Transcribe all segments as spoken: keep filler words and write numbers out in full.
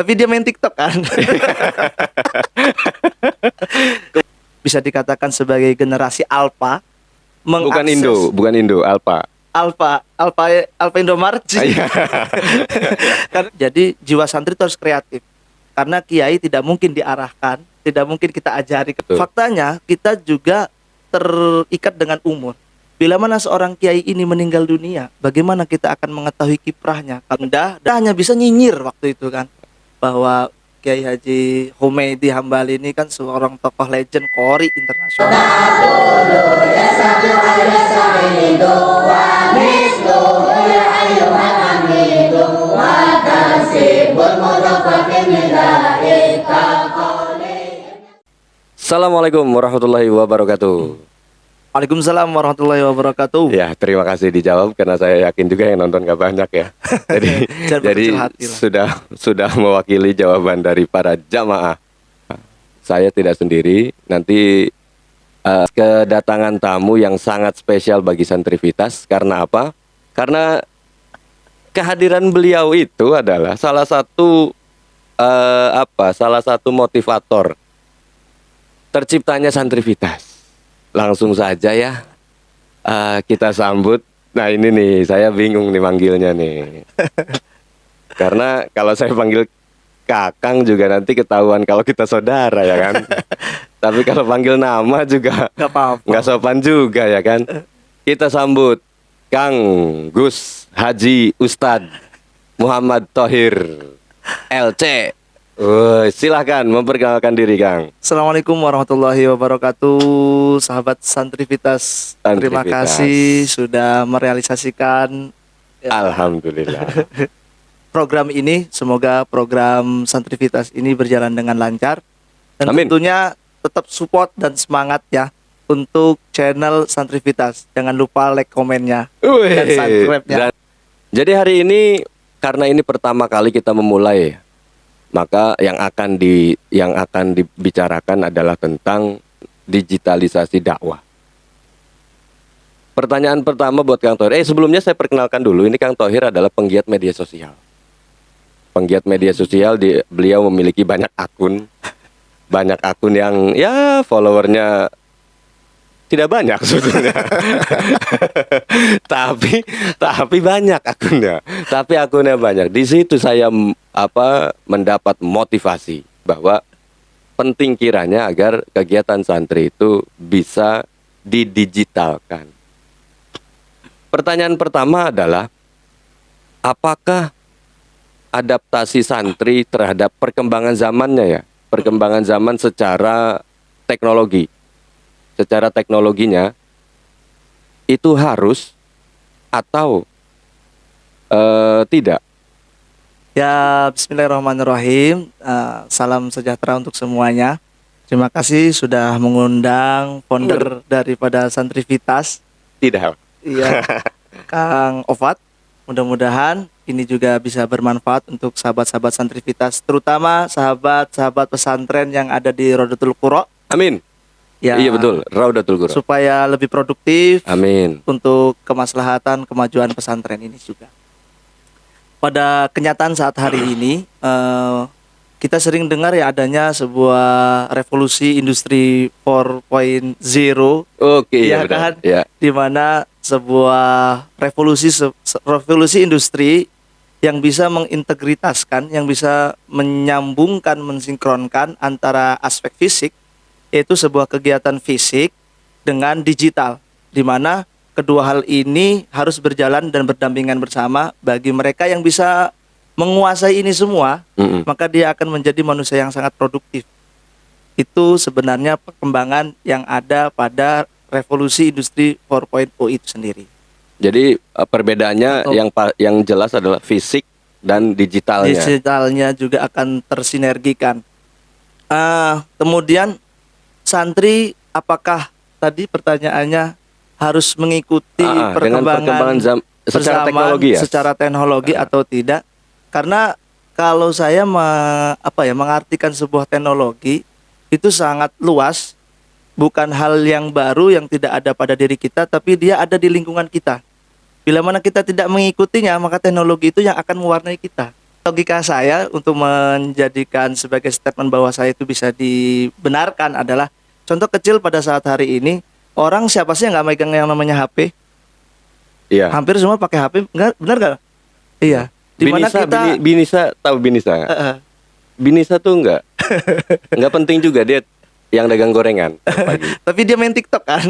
Tapi dia main TikTok kan. Bisa dikatakan sebagai generasi alpha. Bukan Indo, bukan Indo, alpha. Alpha, Alpha, Alpha Indomaret sih. Jadi jiwa santri itu harus kreatif. Karena kiai tidak mungkin diarahkan, tidak mungkin kita ajari. Betul. Faktanya kita juga terikat dengan umur. Bila mana seorang kiai ini meninggal dunia, bagaimana kita akan mengetahui kiprahnya? Anda hanya bisa nyinyir waktu itu kan, bahwa Kiai Haji Humaydi Hambali ini kan seorang tokoh legend Qori internasional. Assalamualaikum warahmatullahi wabarakatuh. Waalaikumsalam warahmatullahi wabarakatuh. Ya, terima kasih dijawab karena saya yakin juga yang nonton gak banyak ya. Jadi, jadi sudah sudah mewakili jawaban dari para jamaah. Saya tidak sendiri. Nanti uh, kedatangan tamu yang sangat spesial bagi Santrivitas. Karena apa? Karena kehadiran beliau itu adalah salah satu uh, apa? Salah satu motivator terciptanya Santrivitas. Langsung saja ya uh, kita sambut. Nah ini nih saya bingung nih manggilnya nih. Karena kalau saya panggil Kakang juga nanti ketahuan kalau kita saudara ya kan. Tapi kalau panggil nama juga nggak apa-apa, nggak sopan juga ya kan. Kita sambut Kang Gus Haji Ustadz Muhammad Thohir L C. Uh, silahkan memperkenalkan diri Kang. Assalamualaikum warahmatullahi wabarakatuh. Sahabat Santrivitas, terima kasih sudah merealisasikan ya, Alhamdulillah program ini. Semoga program Santrivitas ini berjalan dengan lancar. Dan Amin. Tentunya tetap support dan semangat ya untuk channel Santrivitas. Jangan lupa like komennya dan subscribe-nya. Dan, jadi hari ini karena ini pertama kali kita memulai, maka yang akan di yang akan dibicarakan adalah tentang digitalisasi dakwah. Pertanyaan pertama buat Kang Thohir. Eh sebelumnya saya perkenalkan dulu, ini Kang Thohir adalah penggiat media sosial. Penggiat media sosial, di, beliau memiliki banyak akun, banyak akun yang ya followernya tidak banyak sebetulnya. tapi tapi banyak akunnya. Tapi akunnya banyak. Di situ saya apa mendapat motivasi bahwa penting kiranya agar kegiatan santri itu bisa didigitalkan. Pertanyaan pertama adalah apakah adaptasi santri terhadap perkembangan zamannya ya? Perkembangan zaman secara teknologi. Secara teknologinya itu harus atau uh, tidak? Ya, bismillahirrahmanirrahim. uh, Salam sejahtera untuk semuanya. Terima kasih sudah mengundang founder daripada Santrivitas. Tidak. Iya, Kang Ofat. Mudah-mudahan ini juga bisa bermanfaat untuk sahabat-sahabat Santrivitas, terutama sahabat-sahabat pesantren yang ada di Rodatul Qura. Amin. Ya, iya betul, Raudatul Qura. Supaya lebih produktif. Amin. Untuk kemaslahatan kemajuan pesantren ini juga. Pada kenyataan saat hari ini, uh, kita sering dengar ya adanya sebuah revolusi industri empat titik nol. Oke, ya ya kan? Ya. Di mana sebuah revolusi revolusi industri yang bisa mengintegritaskan, yang bisa menyambungkan, mensinkronkan antara aspek fisik, yaitu sebuah kegiatan fisik dengan digital, di mana kedua hal ini harus berjalan dan berdampingan bersama. Bagi mereka yang bisa menguasai ini semua, mm-mm, maka dia akan menjadi manusia yang sangat produktif. Itu sebenarnya perkembangan yang ada pada revolusi industri empat titik nol itu sendiri. Jadi perbedaannya oh. yang yang jelas adalah fisik dan digitalnya. Digitalnya juga akan tersinergikan. Uh, kemudian santri, apakah tadi pertanyaannya harus mengikuti ah, perkembangan, perkembangan zam, secara teknologi ya? Secara teknologi ah. atau tidak? Karena kalau saya me, apa ya mengartikan sebuah teknologi itu sangat luas, bukan hal yang baru yang tidak ada pada diri kita, tapi dia ada di lingkungan kita. Bila mana kita tidak mengikutinya, maka teknologi itu yang akan mewarnai kita. logika saya untuk menjadikan sebagai statement bahwa saya itu bisa dibenarkan adalah contoh kecil pada saat hari ini, orang siapa sih yang nggak megang yang namanya H P? Iya. Hampir semua pakai H P, nggak, benar nggak? Iya. Dimana Binisa, kita Bini, Binisa tahu Binisa? Uh, uh. Binisa tuh nggak, nggak penting juga dia yang dagang gorengan pagi. Tapi dia main TikTok kan?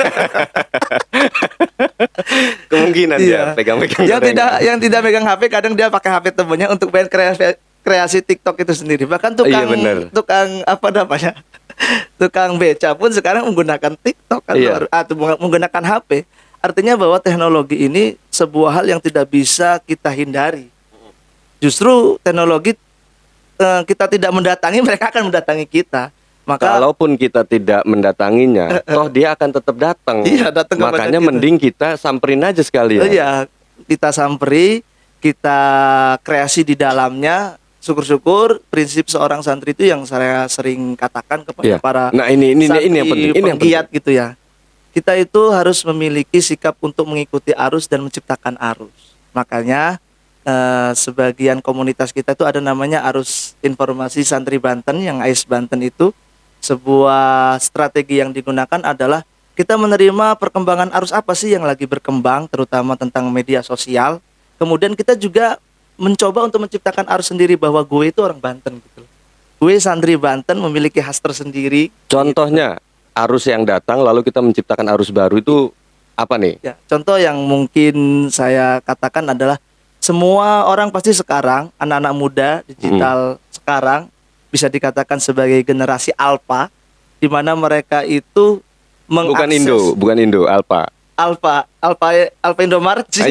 Kemungkinan iya. dia pegang-pegang yang gorengan. tidak yang tidak megang H P kadang dia pakai H P temennya untuk main kreasi, kreasi TikTok itu sendiri. Bahkan tukang iya, tukang apa namanya? Tukang beca pun sekarang menggunakan TikTok kan, iya. atau menggunakan H P. Artinya bahwa teknologi ini sebuah hal yang tidak bisa kita hindari. Justru teknologi eh, kita tidak mendatangi, mereka akan mendatangi kita. Maka kalaupun kita tidak mendatanginya, toh dia akan tetap datang. Iya, datang. Makanya kita. mending kita samperin aja sekalian. Iya, kita samperi, kita kreasi di dalamnya. Syukur-syukur prinsip seorang santri itu yang saya sering katakan kepada iya. para nah ini ini ini yang penting, ini yang penggiat gitu ya. Kita itu harus memiliki sikap untuk mengikuti arus dan menciptakan arus. Makanya eh, sebagian komunitas kita itu ada namanya Arus Informasi Santri Banten, yang A I S Banten itu. Sebuah strategi yang digunakan adalah kita menerima perkembangan arus apa sih yang lagi berkembang, terutama tentang media sosial. Kemudian kita juga mencoba untuk menciptakan arus sendiri bahwa gue itu orang Banten gitu. Gue santri Banten memiliki khas tersendiri. Contohnya gitu. Arus yang datang lalu kita menciptakan arus baru itu apa nih? Ya, contoh yang mungkin saya katakan adalah semua orang pasti sekarang, anak-anak muda digital hmm. sekarang bisa dikatakan sebagai generasi alpha, di mana mereka itu mengakses bukan Indo, bukan Indo, alpha. Alpha, Alpha, Alpha Indomaret sih.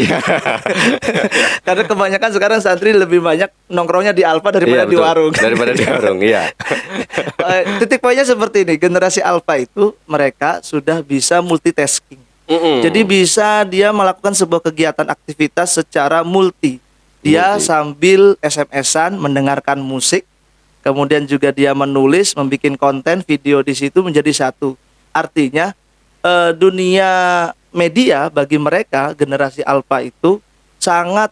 Karena kebanyakan sekarang santri lebih banyak nongkrongnya di Alpha daripada iya, di warung. Daripada di warung, iya. Titik poinnya seperti ini, generasi Alpha itu mereka sudah bisa multitasking. Mm-mm. Jadi bisa dia melakukan sebuah kegiatan aktivitas secara multi. Dia multi. Sambil S M S-an mendengarkan musik. Kemudian juga dia menulis, membuat konten video di situ menjadi satu. Artinya eh, dunia media bagi mereka generasi alpha itu sangat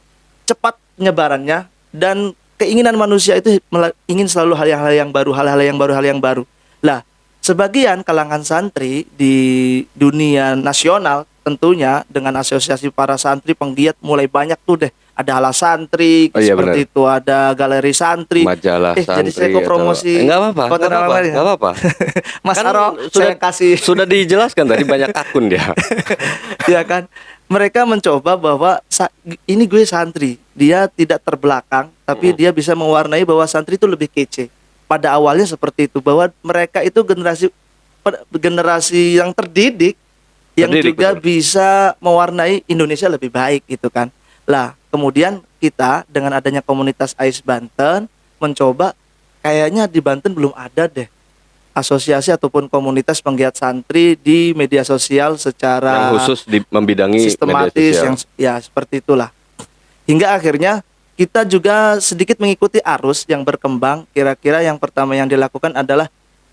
cepat penyebarannya, dan keinginan manusia itu ingin selalu hal-hal yang baru, hal-hal yang baru, hal yang baru. Lah, sebagian kalangan santri di dunia nasional tentunya dengan asosiasi para santri penggiat mulai banyak tuh deh. Ada Hala Santri, oh, iya, seperti bener. Itu ada Galeri Santri, majalah eh, santri. Jadi saya kok promosi. Atau... Enggak apa-apa, enggak apa-apa, enggak apa-apa. Mas kan Aro, sudah saya kasih. Sudah dijelaskan tadi banyak akun dia. Ya kan, mereka mencoba bahwa ini gue santri, dia tidak terbelakang, tapi hmm. dia bisa mewarnai bahwa santri itu lebih kece. Pada awalnya seperti itu, bahwa mereka itu generasi generasi yang terdidik, yang terdidik, juga betul. Bisa mewarnai Indonesia lebih baik gitu kan. Lah, kemudian kita dengan adanya komunitas A I S Banten mencoba, kayaknya di Banten belum ada deh asosiasi ataupun komunitas penggiat santri di media sosial secara yang khusus di membidangi sistematis media sosial. Yang ya seperti itulah. Hingga akhirnya kita juga sedikit mengikuti arus yang berkembang. Kira-kira yang pertama yang dilakukan adalah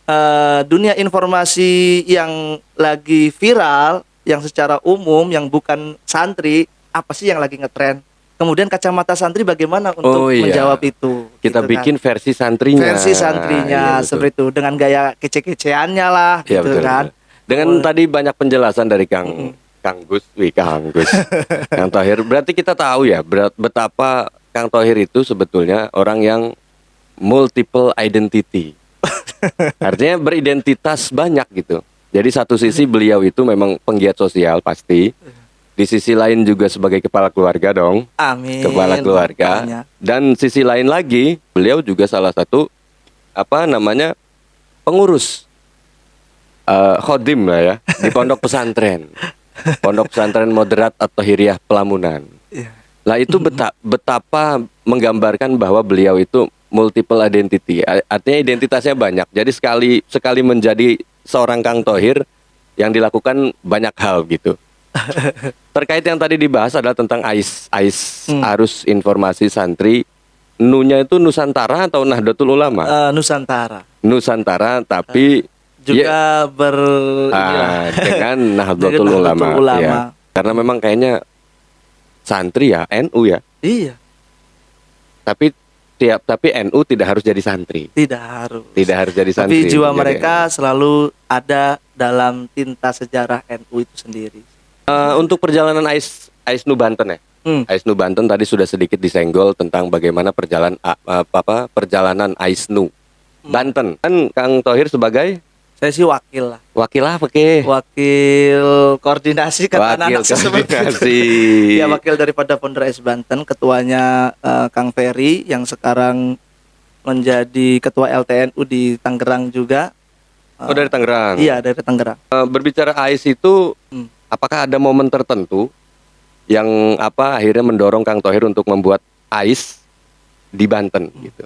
uh, dunia informasi yang lagi viral, yang secara umum, yang bukan santri. Apa sih yang lagi ngetren? Kemudian kacamata santri bagaimana untuk oh, iya. menjawab itu? Kita gitu bikin kan. versi santrinya. Versi santrinya iya, seperti itu dengan gaya kece-keceannya lah, iya, gitu betul, kan. Betul. Dengan oh. tadi banyak penjelasan dari Kang mm-hmm. Kang Gus, wih Kang Gus, Kang Thohir. Berarti kita tahu ya betapa Kang Thohir itu sebetulnya orang yang multiple identity. Artinya beridentitas banyak gitu. Jadi satu sisi beliau itu memang penggiat sosial pasti. Di sisi lain juga sebagai kepala keluarga dong. Amin. Kepala keluarga. Makanya. Dan sisi lain lagi, beliau juga salah satu apa namanya pengurus uh, khodim lah ya di pondok pesantren, pondok pesantren moderat atau Hiriyah Pelamunan. Yeah. Lah itu beta, betapa menggambarkan bahwa beliau itu multiple identity. Artinya identitasnya banyak. Jadi sekali sekali menjadi seorang Kang Thohir yang dilakukan banyak hal gitu. Terkait yang tadi dibahas adalah tentang A I S, A I S hmm. Arus Informasi Santri. Nunya itu Nusantara atau Nahdlatul Ulama? Uh, Nusantara. Nusantara, tapi uh, juga ya, ber uh, dengan Nahdlatul Ulama. Ulama. Ya. Karena memang kayaknya santri ya, N U ya. Iya. Tapi tiap tapi N U tidak harus jadi santri. Tidak harus. Tidak harus jadi santri. Tapi jiwa mereka selalu ada dalam tinta sejarah N U itu sendiri. Uh, untuk perjalanan Ais Aisnu Banten ya. Hmm. Aisnu Banten tadi sudah sedikit disenggol tentang bagaimana perjalanan uh, apa perjalanan Aisnu hmm. Banten. Kan Kang Thohir sebagai saya sih wakil lah. Wakil apa ke? Wakil koordinasi kata anak-anak koordinasi. Ya, wakil daripada Founder Ais Banten, ketuanya uh, Kang Ferry yang sekarang menjadi ketua L T N U di Tangerang juga. Uh, oh dari Tangerang. Iya dari Tangerang. Uh, berbicara Ais itu, hmm. apakah ada momen tertentu yang apa akhirnya mendorong Kang Thohir untuk membuat Ais di Banten hmm. gitu?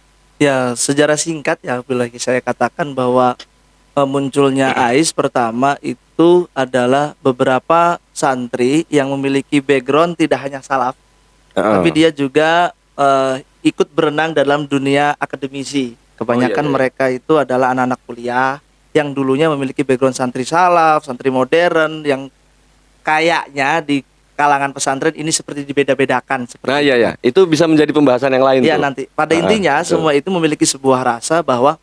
Ya sejarah singkat ya, bila saya katakan bahwa munculnya Ais pertama itu adalah beberapa santri yang memiliki background tidak hanya salaf, uh. tapi dia juga uh, ikut berenang dalam dunia akademisi. Kebanyakan oh, iya, iya. mereka itu adalah anak-anak kuliah yang dulunya memiliki background santri salaf, santri modern, yang kayaknya di kalangan pesantren ini seperti dibeda-bedakan. Seperti nah iya ya, itu bisa menjadi pembahasan yang lain. Ya tuh. Nanti pada uh, intinya betul. Semua itu memiliki sebuah rasa bahwa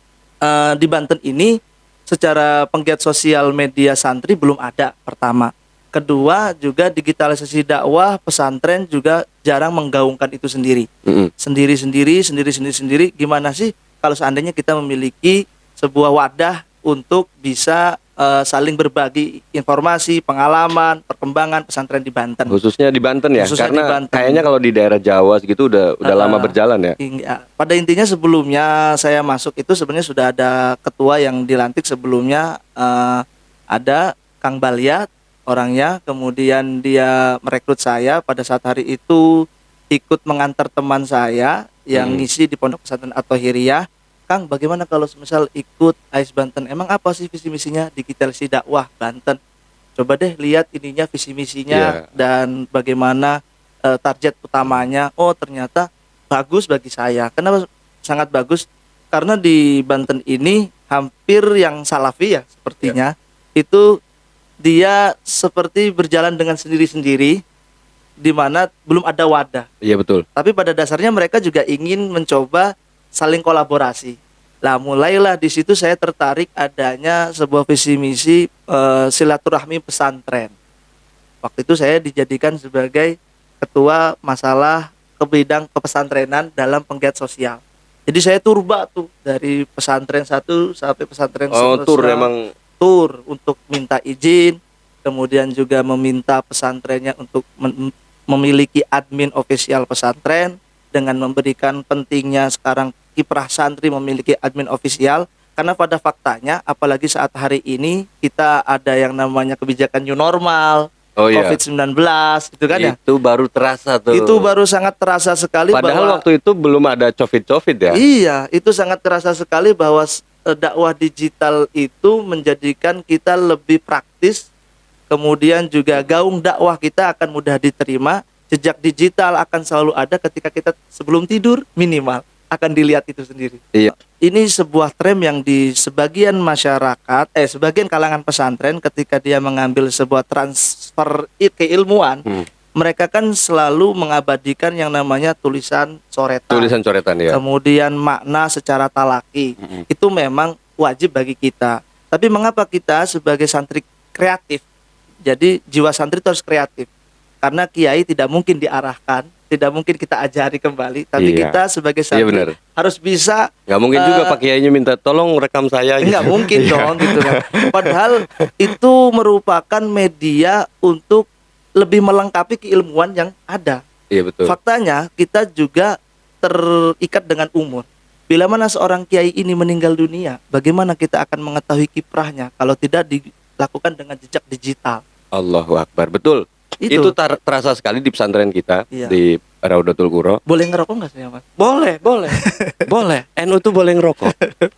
Uh, di Banten ini secara penggiat sosial media santri belum ada, pertama. Kedua juga digitalisasi dakwah pesantren juga jarang menggaungkan itu sendiri. Mm-hmm. Sendiri-sendiri, sendiri-sendiri-sendiri. Gimana sih kalau seandainya kita memiliki sebuah wadah untuk bisa uh, saling berbagi informasi, pengalaman, perkembangan pesantren di Banten. Khususnya di Banten ya, Khususnya karena di Banten. Kayaknya kalau di daerah Jawa segitu udah udah uh, lama berjalan ya. Iya. Pada intinya sebelumnya saya masuk itu sebenarnya sudah ada ketua yang dilantik sebelumnya, uh, ada Kang Baliat orangnya, kemudian dia merekrut saya pada saat hari itu ikut mengantar teman saya yang hmm. ngisi di Pondok Pesantren At-Thohiriyah. Kang, bagaimana kalau misal ikut Ais Banten? Emang apa sih visi misinya digitalisasi dakwah Banten? Coba deh lihat ininya visi misinya yeah. dan bagaimana uh, target utamanya. Oh, ternyata bagus bagi saya. Kenapa sangat bagus? Karena di Banten ini hampir yang salafi ya sepertinya. Yeah. Itu dia seperti berjalan dengan sendiri-sendiri, di mana belum ada wadah. Iya yeah, betul. Tapi pada dasarnya mereka juga ingin mencoba saling kolaborasi. Lah mulailah di situ saya tertarik adanya sebuah visi misi uh, silaturahmi pesantren. Waktu itu saya dijadikan sebagai ketua masalah ke bidang kepesantrenan dalam penggiat sosial. Jadi saya turba tuh dari pesantren satu sampai pesantren oh, tur emang tur untuk minta izin, kemudian juga meminta pesantrennya untuk mem- memiliki admin ofisial pesantren dengan memberikan pentingnya sekarang kiprah santri memiliki admin ofisial, karena pada faktanya apalagi saat hari ini kita ada yang namanya kebijakan new normal, oh, iya. covid sembilan belas itu kan ya. Itu baru terasa tuh. Itu baru sangat terasa sekali. Padahal bahwa, waktu itu belum ada covid-covid ya. Iya, itu sangat terasa sekali bahwa dakwah digital itu menjadikan kita lebih praktis, kemudian juga gaung dakwah kita akan mudah diterima, jejak digital akan selalu ada ketika kita sebelum tidur minimal akan dilihat itu sendiri. Iya. Ini sebuah tren yang di sebagian masyarakat, eh sebagian kalangan pesantren ketika dia mengambil sebuah transfer keilmuan, hmm. mereka kan selalu mengabadikan yang namanya tulisan coretan. Tulisan coretan ya. Kemudian makna secara talaki. Hmm. Itu memang wajib bagi kita. Tapi mengapa kita sebagai santri kreatif? Jadi jiwa santri itu harus kreatif. Karena kiai tidak mungkin diarahkan, tidak mungkin kita ajari kembali, tapi iya. kita sebagai santri iya harus bisa. Nggak mungkin uh, juga Pak Kiainya minta tolong rekam saya. Gitu. Nggak mungkin dong, gitu kan. Padahal itu merupakan media untuk lebih melengkapi keilmuan yang ada. Iya betul. Faktanya kita juga terikat dengan umur. Bila mana seorang kiai ini meninggal dunia, bagaimana kita akan mengetahui kiprahnya kalau tidak dilakukan dengan jejak digital? Allahu Akbar, betul. Itu, itu tar- terasa sekali di pesantren kita, iya. di Raudatul Quro. Boleh ngerokok nggak saya, Mas? Boleh, boleh, boleh. N U tuh boleh ngerokok.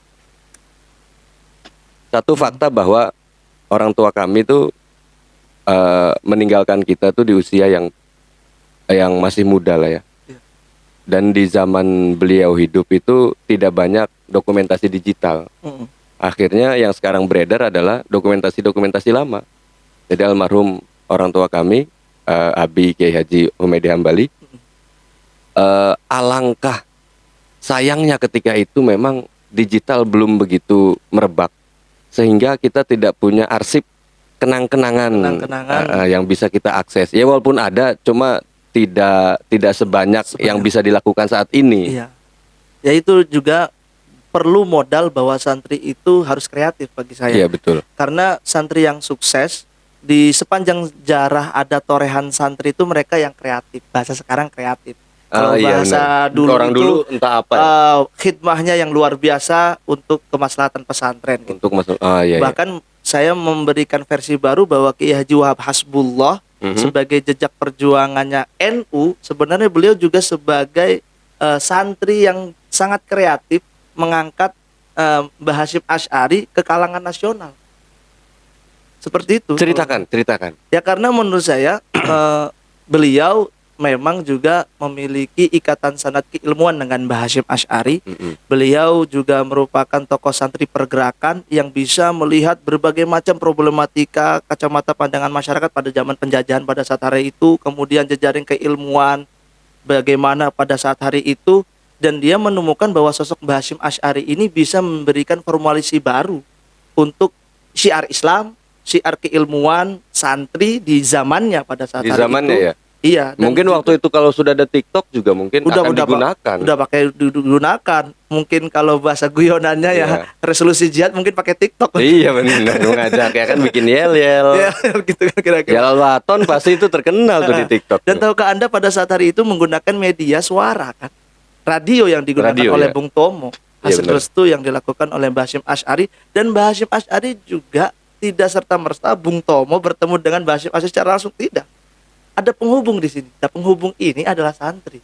Satu fakta bahwa orang tua kami tuh uh, meninggalkan kita tuh di usia yang yang masih muda lah ya. Iya. Dan di zaman beliau hidup itu tidak banyak dokumentasi digital. Mm. Akhirnya yang sekarang beredar adalah dokumentasi-dokumentasi lama. Jadi almarhum orang tua kami, uh, Abi Kiai Haji Humaydi Hambali, uh, alangkah sayangnya ketika itu memang digital belum begitu merebak, sehingga kita tidak punya arsip kenang-kenangan, kenang-kenangan. Uh, yang bisa kita akses. Ya walaupun ada, cuma tidak tidak sebanyak, sebanyak yang bisa dilakukan saat ini. Iya. Ya itu juga perlu modal bahwa santri itu harus kreatif bagi saya. Iya betul. Karena santri yang sukses di sepanjang jarah ada torehan santri itu mereka yang kreatif. Bahasa sekarang kreatif. Kalau ah, iya, bahasa benar. dulu orang itu, dulu entah apa ya? uh, khidmahnya yang luar biasa untuk kemaslahatan pesantren. Gitu. Untuk masuk. Ah, iya, Bahkan iya. saya memberikan versi baru bahwa Kiai Haji Wahab Hasbullah mm-hmm. sebagai jejak perjuangannya N U, sebenarnya beliau juga sebagai uh, santri yang sangat kreatif mengangkat uh, Mbah Hasyim Asy'ari ke kalangan nasional. Seperti itu. Ceritakan, ceritakan. Ya karena menurut saya uh, beliau memang juga memiliki ikatan sanad keilmuan dengan Mbah Hasyim Asy'ari. Mm-hmm. Beliau juga merupakan tokoh santri pergerakan yang bisa melihat berbagai macam problematika kacamata pandangan masyarakat pada zaman penjajahan pada saat hari itu, kemudian jejaring keilmuan bagaimana pada saat hari itu. Dan dia menemukan bahwa sosok Mbah Hasyim Asy'ari ini bisa memberikan formulasi baru untuk syiar Islam, syiar keilmuan santri di zamannya pada saat di hari zamannya itu. Ya? Iya. Mungkin juga, waktu itu kalau sudah ada TikTok juga mungkin udah, akan udah, digunakan. Udah pakai digunakan. Mungkin kalau bahasa guyonannya ya, ya resolusi jihad mungkin pakai TikTok. Iya benar, mengajak ya kan bikin yel-yel. Ya, gitu kan kira-kira. Jalal Waton pasti itu terkenal tuh di TikTok. Dan tahukah Anda pada saat hari itu menggunakan media suara kan? Radio yang digunakan Radio, oleh ya? Bung Tomo, hasil ya, restu yang dilakukan oleh Mbah Hasyim Asy'ari. Dan Mbah Hasyim Asy'ari juga tidak serta-merta Bung Tomo bertemu dengan Mbah Hasyim Asy'ari secara langsung, tidak. Ada penghubung di sini. Dan penghubung ini adalah santri.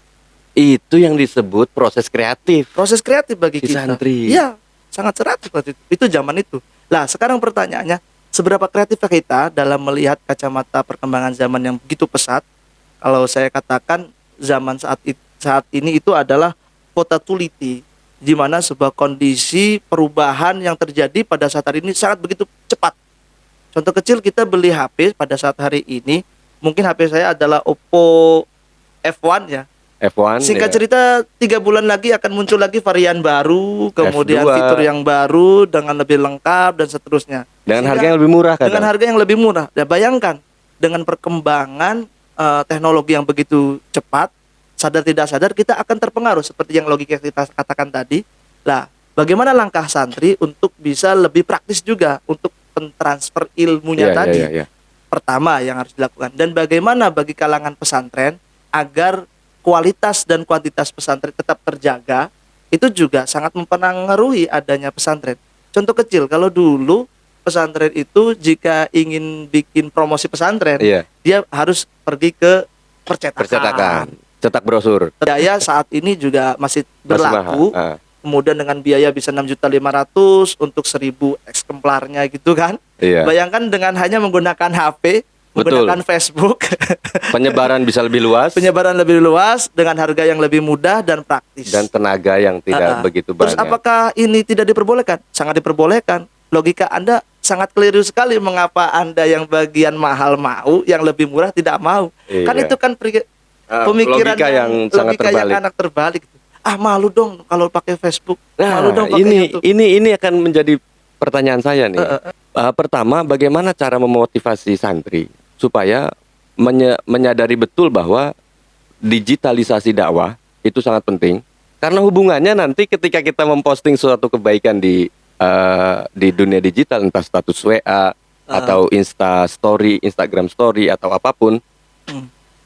Itu yang disebut proses kreatif. Proses kreatif bagi si kita. Santri. Iya, sangat kreatif itu. Itu zaman itu. Lah, sekarang pertanyaannya, seberapa kreatif kita dalam melihat kacamata perkembangan zaman yang begitu pesat? Kalau saya katakan zaman saat itu saat ini itu adalah potatulity, di mana sebuah kondisi perubahan yang terjadi pada saat hari ini sangat begitu cepat. Contoh kecil, kita beli H P pada saat hari ini, mungkin H P saya adalah Oppo F satu ya. F satu. Singkat ya. cerita tiga bulan lagi akan muncul lagi varian baru, kemudian F dua. Fitur yang baru dengan lebih lengkap dan seterusnya. Dengan Sehingga, harga yang lebih murah kan? Dengan harga yang lebih murah. Ya, bayangkan dengan perkembangan uh, teknologi yang begitu cepat, sadar tidak sadar kita akan terpengaruh seperti yang logika kita katakan tadi. Lah, bagaimana langkah santri untuk bisa lebih praktis juga untuk pentransfer ilmunya yeah, tadi? yeah, yeah, yeah. Pertama yang harus dilakukan, dan bagaimana bagi kalangan pesantren agar kualitas dan kuantitas pesantren tetap terjaga, itu juga sangat mempengaruhi adanya pesantren. Contoh kecil, kalau dulu pesantren itu jika ingin bikin promosi pesantren, yeah. dia harus pergi ke percetakan. Percetakan. Cetak brosur. Biaya saat ini juga masih berlaku. Masih uh. Kemudian dengan biaya bisa enam juta lima ratus ribu untuk seribu eksemplarnya gitu kan. Iya. Bayangkan dengan hanya menggunakan H P, Betul. menggunakan Facebook. Penyebaran bisa lebih luas. Penyebaran lebih luas dengan harga yang lebih mudah dan praktis. Dan tenaga yang tidak uh, begitu banyak. Terus apakah ini tidak diperbolehkan? Sangat diperbolehkan. Logika Anda sangat keliru sekali, mengapa Anda yang bagian mahal mau, yang lebih murah tidak mau. Iya. Kan itu kan pri- Uh, pemikiran logika yang, yang sangat logika terbalik. Yang anak terbalik. Ah, malu dong kalau pakai Facebook. Nah, malu dong pakai ini YouTube. ini ini akan menjadi pertanyaan saya nih. Uh, uh, uh. Uh, pertama, bagaimana cara memotivasi santri supaya menye- menyadari betul bahwa digitalisasi dakwah itu sangat penting, karena hubungannya nanti ketika kita memposting suatu kebaikan di uh, di dunia digital, entah status W A uh. atau Insta Story, Instagram Story atau apapun. Hmm.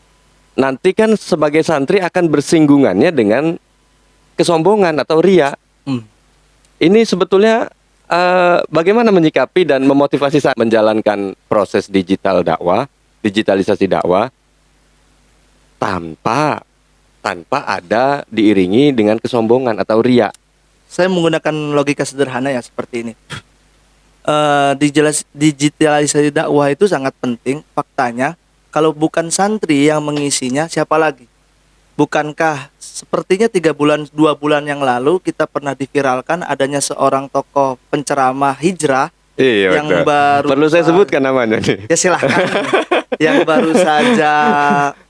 Nanti kan sebagai santri akan bersinggungannya dengan kesombongan atau ria. Hmm. Ini sebetulnya uh, bagaimana menyikapi dan memotivasi saat menjalankan proses digital dakwah, digitalisasi dakwah tanpa tanpa ada diiringi dengan kesombongan atau ria. Saya menggunakan logika sederhana ya seperti ini. Uh, digitalisasi dakwah itu sangat penting. Faktanya, kalau bukan santri yang mengisinya, siapa lagi? Bukankah sepertinya tiga bulan, dua bulan yang lalu kita pernah diviralkan adanya seorang tokoh penceramah hijrah iya, yang betul. baru... Perlu saya sebutkan namanya nih? Ya silahkan. Yang baru saja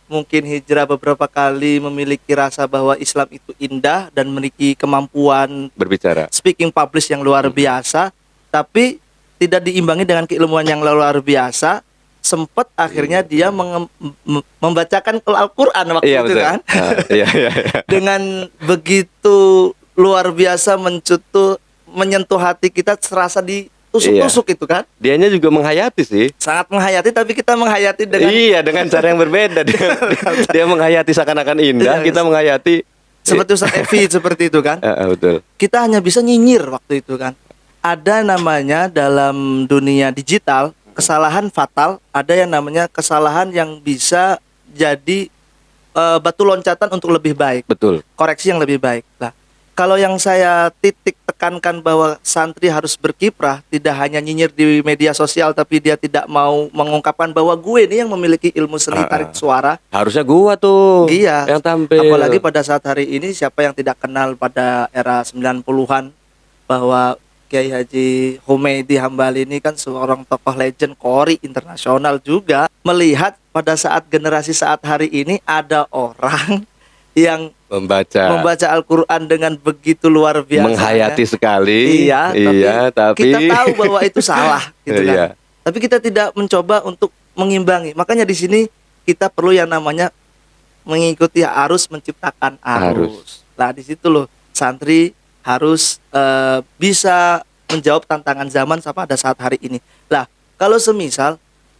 mungkin hijrah beberapa kali, memiliki rasa bahwa Islam itu indah dan memiliki kemampuan berbicara, speaking publish yang luar biasa, tapi tidak diimbangi dengan keilmuan yang luar biasa. Sempat akhirnya dia menge- membacakan Al-Quran waktu iya, itu betul. kan. Nah, iya, iya, iya. Dengan begitu luar biasa mencutu, menyentuh hati kita, serasa ditusuk-tusuk iya. Itu kan. Dianya juga menghayati sih. Sangat menghayati, tapi kita menghayati dengan iya, dengan cara yang berbeda. Dia, dia menghayati seakan-akan indah, iya, kita menghayati seperti Ustaz Evi seperti itu kan. Uh, betul. Kita hanya bisa nyinyir waktu itu kan. Ada namanya dalam dunia digital kesalahan fatal, ada yang namanya kesalahan yang bisa jadi uh, batu loncatan untuk lebih baik. Betul. Koreksi yang lebih baik. Nah, kalau yang saya titik tekankan bahwa santri harus berkiprah, tidak hanya nyinyir di media sosial, tapi dia tidak mau mengungkapkan bahwa gue nih yang memiliki ilmu seni tarik suara. Harusnya gua tuh iya, yang tampil. Apalagi pada saat hari ini, siapa yang tidak kenal pada era sembilan puluhan bahwa Kiai Haji Humaydi Hambali ini kan seorang tokoh legend Qori internasional juga. Melihat pada saat generasi saat hari ini ada orang yang membaca membaca Al-Quran dengan begitu luar biasa, menghayati sekali. Iya, iya tapi, tapi kita tahu bahwa itu salah gitu kan. Iya. Tapi kita tidak mencoba untuk mengimbangi. Makanya di sini kita perlu yang namanya mengikuti arus, menciptakan arus. arus. Nah, di situ loh santri harus uh, bisa menjawab tantangan zaman sampai pada saat hari ini. Lah, kalau semisal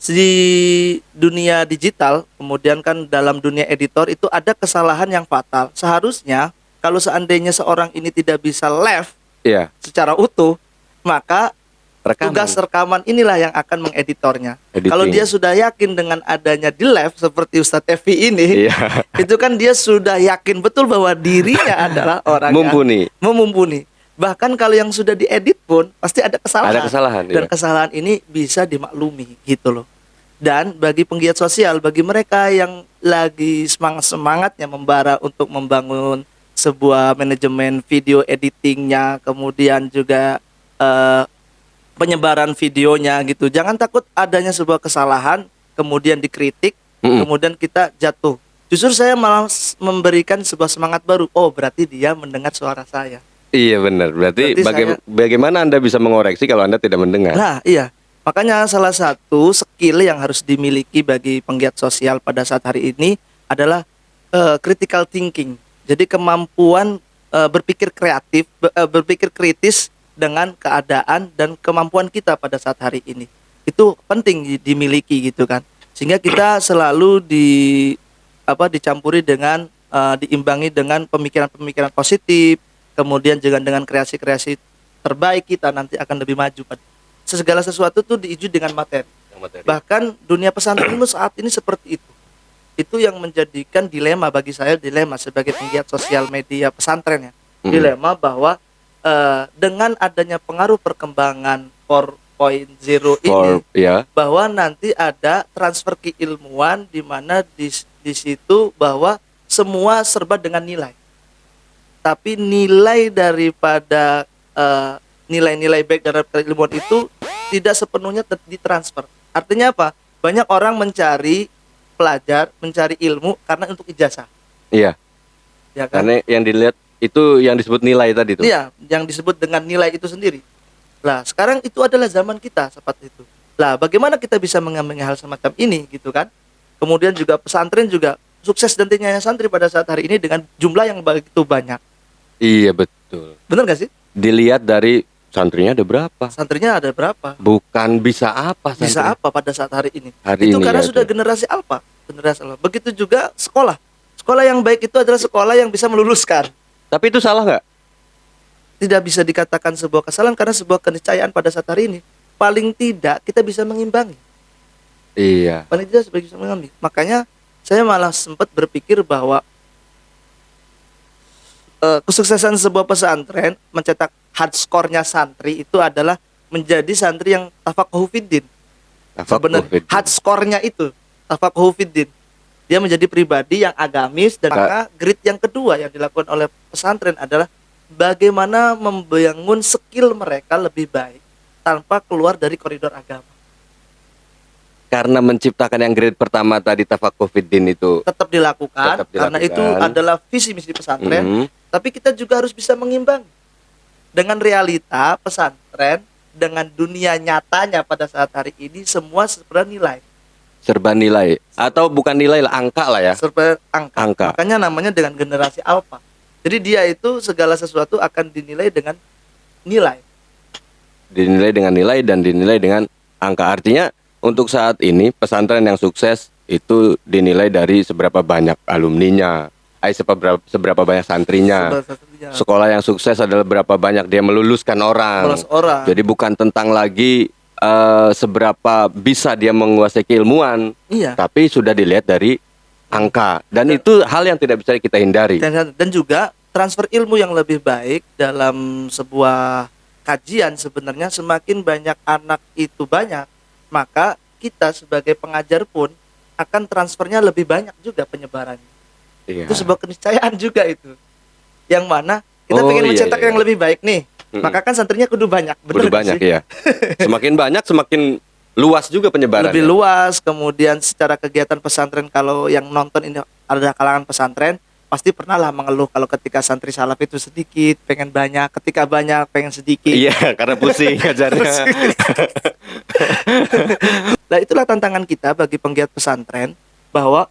di dunia digital, kemudian kan dalam dunia editor itu ada kesalahan yang fatal. Seharusnya kalau seandainya seorang ini tidak bisa live yeah. secara utuh, maka rekaman. tugas rekaman inilah yang akan mengeditornya. Editing. Kalau dia sudah yakin dengan adanya di live seperti Ustadz Evi ini, yeah. itu kan dia sudah yakin betul bahwa dirinya adalah orang mumpuni. yang memumpuni. Bahkan kalau yang sudah diedit pun pasti ada kesalahan. Ada kesalahan. Dan iya. kesalahan ini bisa dimaklumi gitu loh. Dan bagi penggiat sosial, bagi mereka yang lagi semangat-semangatnya membara untuk membangun sebuah manajemen video editingnya, kemudian juga uh, penyebaran videonya gitu. Jangan takut adanya sebuah kesalahan, kemudian dikritik, mm-hmm. kemudian kita jatuh. Justru saya malah memberikan sebuah semangat baru. Oh, berarti dia mendengar suara saya. Iya benar. Berarti, berarti baga- saya... bagaimana Anda bisa mengoreksi kalau Anda tidak mendengar? Nah, iya. Makanya salah satu skill yang harus dimiliki bagi penggiat sosial pada saat hari ini adalah uh, critical thinking. Jadi kemampuan uh, berpikir kreatif, uh, berpikir kritis dengan keadaan dan kemampuan kita pada saat hari ini. Itu penting dimiliki gitu kan. Sehingga kita selalu di apa dicampuri dengan uh, diimbangi dengan pemikiran-pemikiran positif, kemudian juga dengan kreasi-kreasi terbaik kita nanti akan lebih maju. Segala sesuatu tuh diuji dengan materi. materi. Bahkan dunia pesantren saat ini seperti itu. Itu yang menjadikan dilema bagi saya, dilema sebagai penggiat sosial media pesantren ya. Hmm. Dilema bahwa uh, dengan adanya pengaruh perkembangan empat titik nol ini, yeah. bahwa nanti ada transfer keilmuan di mana di, di situ bahwa semua serba dengan nilai. Tapi nilai daripada uh, nilai-nilai baik dari ilmuwan itu tidak sepenuhnya ditransfer. Artinya apa? Banyak orang mencari pelajar, mencari ilmu karena untuk ijazah. Iya. Ya kan? Karena yang dilihat itu yang disebut nilai tadi itu. Iya, yang disebut dengan nilai itu sendiri. Lah, sekarang itu adalah zaman kita seperti itu. Lah, bagaimana kita bisa mengambil hal semacam ini gitu kan? Kemudian juga pesantren juga sukses dan tingginya santri pada saat hari ini dengan jumlah yang begitu banyak. Iya, betul. Benar gak sih? Dilihat dari santrinya ada berapa? Santrinya ada berapa? Bukan bisa apa santri. Bisa apa pada saat hari ini? Hari itu ini karena ya, sudah itu. generasi alfa, generasi alfa. Begitu juga sekolah. Sekolah yang baik itu adalah sekolah yang bisa meluluskan. Tapi itu salah nggak? Tidak bisa dikatakan sebuah kesalahan karena sebuah keniscayaan pada saat hari ini. Paling tidak kita bisa mengimbangi. Iya. Paling tidak bisa mengimbangi. Makanya saya malah sempat berpikir bahwa uh, kesuksesan sebuah pesantren mencetak hard score-nya santri itu adalah menjadi santri yang tafaqquh fiddin. Sebenarnya hard score-nya itu tafaqquh fiddin. Dia menjadi pribadi yang agamis dan maka grade yang kedua yang dilakukan oleh pesantren adalah bagaimana membangun skill mereka lebih baik tanpa keluar dari koridor agama. karena menciptakan yang grade pertama tadi Tafakuh Fiddin itu tetap dilakukan, tetap dilakukan. Karena itu adalah visi misi pesantren. Mm-hmm. Tapi kita juga harus bisa mengimbang dengan realita pesantren dengan dunia nyatanya pada saat hari ini, semua serba nilai. Serba nilai atau bukan nilai lah, angka lah ya. Serba angka. angka. Makanya namanya dengan generasi alfa. Jadi dia itu segala sesuatu akan dinilai dengan nilai. Dinilai dengan nilai dan dinilai dengan angka. Artinya untuk saat ini pesantren yang sukses itu dinilai dari seberapa banyak alumninya, ay, seberapa, seberapa banyak santrinya. Sekolah yang sukses adalah berapa banyak dia meluluskan orang. orang. Jadi bukan tentang lagi uh, seberapa bisa dia menguasai keilmuan, iya. tapi sudah dilihat dari angka. Dan, dan itu hal yang tidak bisa kita hindari. Dan, dan juga transfer ilmu yang lebih baik dalam sebuah kajian, sebenarnya semakin banyak anak itu banyak, maka kita sebagai pengajar pun akan transfernya lebih banyak juga penyebarannya. Iya. Itu sebuah keniscayaan juga itu. Yang mana kita oh, pengen mencetak iya, iya. yang lebih baik nih, mm-mm. maka kan santrinya kudu banyak. Kudu banyak sih? Ya. Semakin banyak semakin luas juga penyebarannya. Lebih luas. Kemudian secara kegiatan pesantren, kalau yang nonton ini ada kalangan pesantren, pasti pernah lah mengeluh kalau ketika santri salaf itu sedikit, pengen banyak, ketika banyak, pengen sedikit. Iya, karena pusing ngajarnya. Nah, itulah tantangan kita bagi penggiat pesantren, bahwa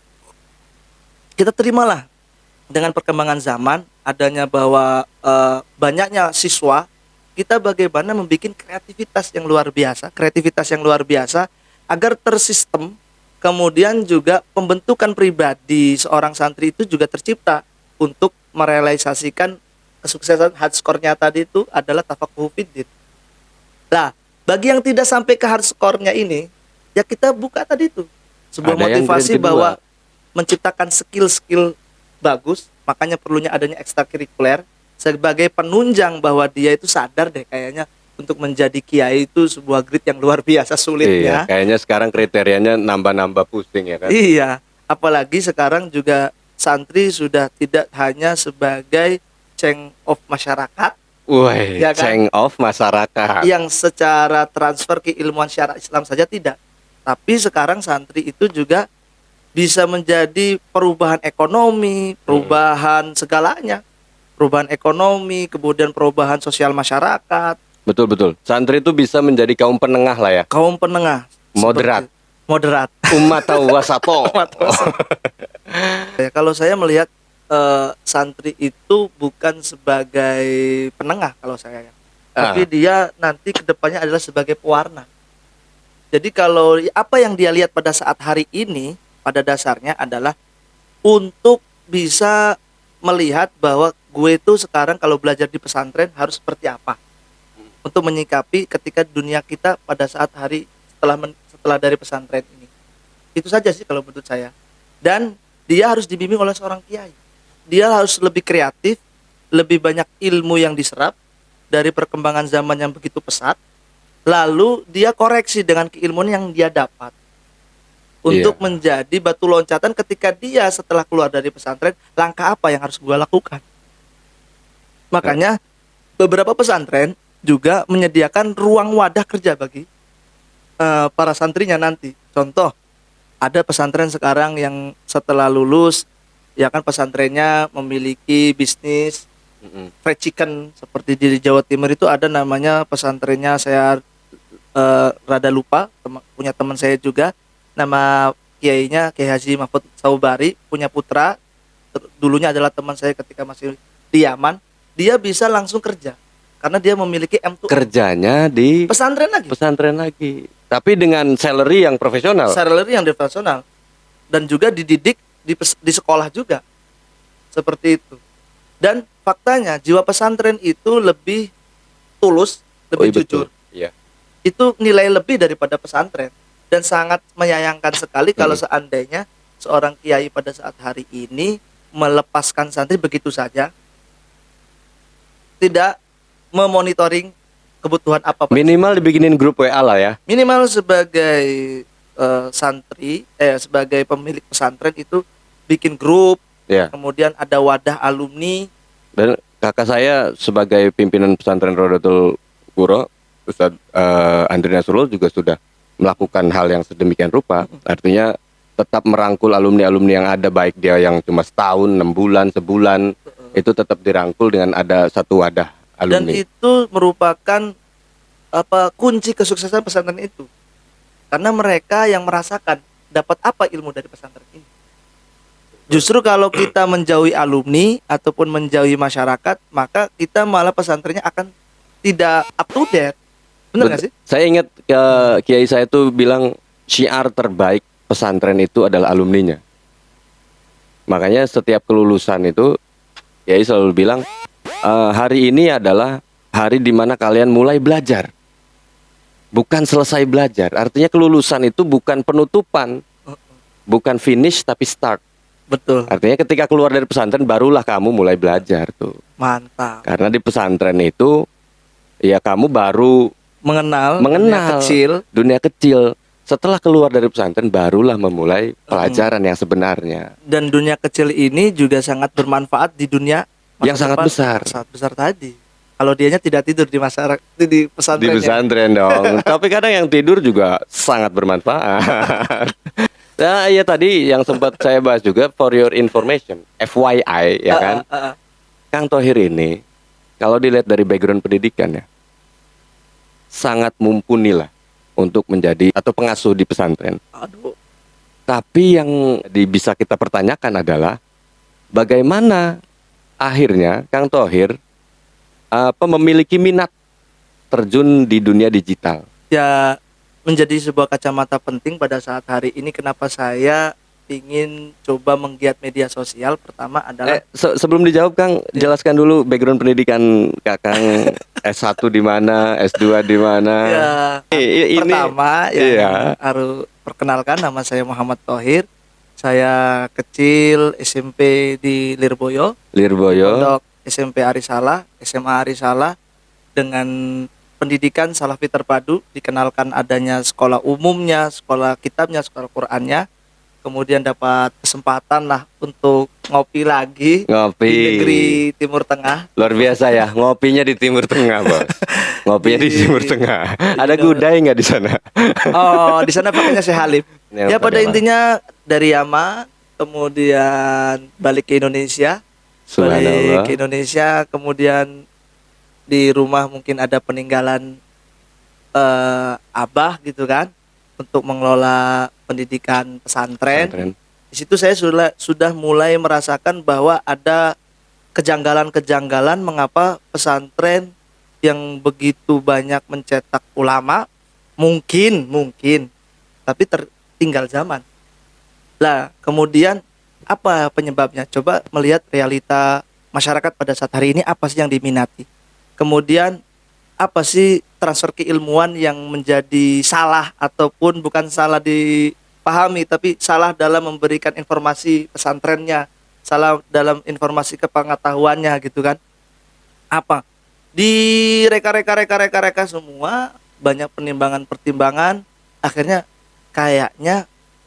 kita terimalah dengan perkembangan zaman, adanya bahwa e, banyaknya siswa, kita bagaimana membuat kreativitas yang luar biasa, kreativitas yang luar biasa, agar tersistem. Kemudian juga pembentukan pribadi seorang santri itu juga tercipta untuk merealisasikan kesuksesan hard score-nya tadi itu adalah Tafakuh Fiddin. Nah, bagi yang tidak sampai ke hard score-nya ini, ya kita buka tadi itu sebuah ada motivasi bahwa menciptakan skill-skill bagus, makanya perlunya adanya ekstrakurikuler sebagai penunjang bahwa dia itu sadar deh kayaknya untuk menjadi kiai itu sebuah grid yang luar biasa sulitnya. Iya, kayaknya sekarang kriterianya nambah-nambah pusing ya kan. Iya, apalagi sekarang juga santri sudah tidak hanya sebagai ceng of masyarakat. Woi, ya kan? Ceng of masyarakat. Yang secara transfer keilmuan syara Islam saja tidak. Tapi sekarang santri itu juga bisa menjadi perubahan ekonomi, perubahan hmm. segalanya. Perubahan ekonomi, kemudian perubahan sosial masyarakat. Betul betul. Santri itu bisa menjadi kaum penengah lah ya. Kaum penengah. Moderat. Moderat. Umat wasato. Umat wasato. Ya, kalau saya melihat uh, santri itu bukan sebagai penengah kalau saya, ah. tapi dia nanti kedepannya adalah sebagai pewarna. Jadi kalau apa yang dia lihat pada saat hari ini, pada dasarnya adalah untuk bisa melihat bahwa gue itu sekarang kalau belajar di pesantren harus seperti apa. Untuk menyikapi ketika dunia kita pada saat hari setelah men, setelah dari pesantren ini. Itu saja sih kalau menurut saya. Dan dia harus dibimbing oleh seorang kiai. Dia harus lebih kreatif, lebih banyak ilmu yang diserap dari perkembangan zaman yang begitu pesat. Lalu dia koreksi dengan keilmuan yang dia dapat. Untuk yeah. menjadi batu loncatan ketika dia setelah keluar dari pesantren, langkah apa yang harus gue lakukan. Makanya beberapa pesantren juga menyediakan ruang wadah kerja bagi uh, para santrinya nanti. Contoh, ada pesantren sekarang yang setelah lulus, ya kan pesantrennya memiliki bisnis mm-hmm. fried chicken seperti di Jawa Timur itu ada namanya pesantrennya, saya uh, rada lupa, tem- punya teman saya juga, nama kiainya Kiai Haji Mahfud Saubari, punya putra, ter- dulunya adalah teman saya ketika masih di Yaman, dia bisa langsung kerja. Karena dia memiliki M dua M. Kerjanya di pesantren lagi. Pesantren lagi. Tapi dengan salary yang profesional. Salary yang profesional. Dan juga dididik di, di sekolah juga. Seperti itu. Dan faktanya jiwa pesantren itu lebih tulus, lebih oh, jujur. Iya. Itu nilai lebih daripada pesantren. Dan sangat menyayangkan sekali kalau hmm. seandainya seorang kiai pada saat hari ini melepaskan santri begitu saja. Tidak memonitoring kebutuhan apa. Minimal dibikinin grup W A lah ya. Minimal sebagai uh, santri, eh sebagai pemilik pesantren itu bikin grup, ya. Kemudian ada wadah alumni. Dan kakak saya sebagai pimpinan pesantren Rodatul Qura, Ustadz uh, Andri Nasrullah juga sudah melakukan hal yang sedemikian rupa, artinya tetap merangkul alumni-alumni yang ada, baik dia yang cuma setahun, enam bulan, sebulan, itu tetap dirangkul dengan ada satu wadah alumni. Dan itu merupakan apa kunci kesuksesan pesantren itu, karena mereka yang merasakan dapat apa ilmu dari pesantren ini. Justru kalau kita menjauhi alumni ataupun menjauhi masyarakat, maka kita malah pesantrennya akan tidak up to date. Benar nggak sih? Saya ingat uh, kiai saya itu bilang syiar terbaik pesantren itu adalah alumninya. Makanya setiap kelulusan itu kiai selalu bilang e, hari ini adalah hari dimana kalian mulai belajar, bukan selesai belajar. Artinya kelulusan itu bukan penutupan, bukan finish tapi start. Betul. Artinya ketika keluar dari pesantren barulah kamu mulai belajar tuh. Mantap. Karena di pesantren itu ya kamu baru mengenal, mengenal dunia kecil. Dunia kecil. Setelah keluar dari pesantren barulah memulai pelajaran hmm. yang sebenarnya. Dan dunia kecil ini juga sangat bermanfaat di dunia yang sangat depan, besar. Sangat besar tadi. Kalau dianya tidak tidur di masyarakat di pesantren. Di pesantren dong. Tapi kadang yang tidur juga sangat bermanfaat. Nah, iya tadi yang sempat saya bahas juga, for your information, F Y I ya kan. Uh, uh, uh. Kang Thohir ini kalau dilihat dari background pendidikan ya, sangat mumpuni lah untuk menjadi atau pengasuh di pesantren. Aduh. Tapi yang di, bisa kita pertanyakan adalah bagaimana akhirnya Kang Thohir apa memiliki minat terjun di dunia digital. Ya, menjadi sebuah kacamata penting pada saat hari ini. Kenapa saya ingin coba menggiat media sosial? Pertama adalah eh, se sebelum dijawab Kang, ya. Jelaskan dulu background pendidikan Kakang. S satu di mana, S dua di mana? Ya, I, ini, pertama ya iya. harus perkenalkan, nama saya Muhammad Thohir. Saya kecil S M P di Lirboyo. Lirboyo. Pondok S M P Arisalah, S M A Arisalah, dengan pendidikan Salafi terpadu. Dikenalkan adanya sekolah umumnya, sekolah kitabnya, sekolah Qur'annya. Kemudian dapat kesempatan lah untuk ngopi lagi ngopi di negeri Timur Tengah. Luar biasa ya, ngopinya di Timur Tengah, Bos. Ngopinya di, di Timur Tengah. Ada gudai nggak di sana? Oh, di sana pakainya Syekh Halim. Ya pada intinya dari Yaman, kemudian balik ke Indonesia, balik ke Indonesia, kemudian di rumah mungkin ada peninggalan uh, abah gitu kan, untuk mengelola pendidikan pesantren. pesantren. Di situ saya sudah sudah mulai merasakan bahwa ada kejanggalan-kejanggalan mengapa pesantren yang begitu banyak mencetak ulama mungkin mungkin tapi tertinggal zaman. Lah, kemudian apa penyebabnya? Coba melihat realita masyarakat pada saat hari ini, apa sih yang diminati? Kemudian apa sih transfer keilmuan yang menjadi salah ataupun bukan salah dipahami tapi salah dalam memberikan informasi pesantrennya, salah dalam informasi kepengetahuannya gitu kan. Apa? Di reka-reka-reka-reka-reka semua banyak penimbangan-pertimbangan, akhirnya kayaknya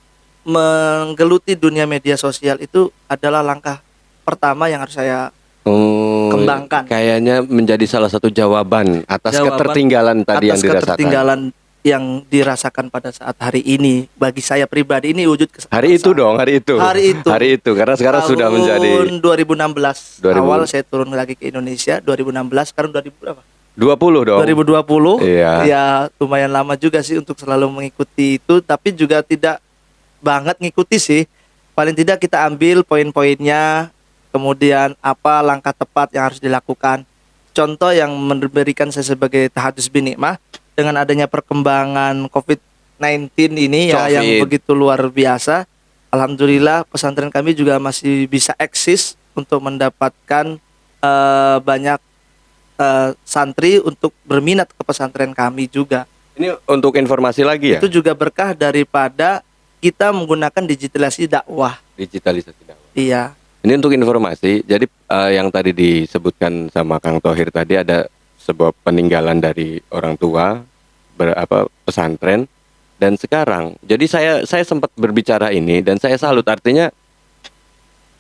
menggeluti dunia media sosial itu adalah langkah pertama yang harus saya Oh, kembangkan. Kayaknya menjadi salah satu jawaban atas jawaban ketertinggalan tadi atas yang dirasakan. Ketertinggalan yang dirasakan pada saat hari ini. Bagi saya pribadi ini wujud kesalahan. Hari itu dong, hari itu. Hari itu. Hari itu karena sekarang tahun sudah menjadi dua ribu enam belas. dua ribu Awal saya turun lagi ke Indonesia dua ribu enam belas, sekarang dua ribu berapa? dua puluh dong. dua ribu dua puluh. Iya. Ya, lumayan lama juga sih untuk selalu mengikuti itu, tapi juga tidak banget ngikuti sih. Paling tidak kita ambil poin-poinnya. Kemudian apa langkah tepat yang harus dilakukan. Contoh yang memberikan saya sebagai tahadus binikmah, dengan adanya perkembangan covid sembilan belas ini ya, yang begitu luar biasa. Alhamdulillah pesantren kami juga masih bisa eksis untuk mendapatkan uh, banyak uh, santri untuk berminat ke pesantren kami juga. Ini untuk informasi lagi ya? Itu juga berkah daripada kita menggunakan digitalisasi dakwah. Digitalisasi dakwah. Iya. Ini untuk informasi, jadi uh, yang tadi disebutkan sama Kang Thohir tadi ada sebuah peninggalan dari orang tua ber, apa, pesantren, dan sekarang, jadi saya saya sempat berbicara ini dan saya salut, artinya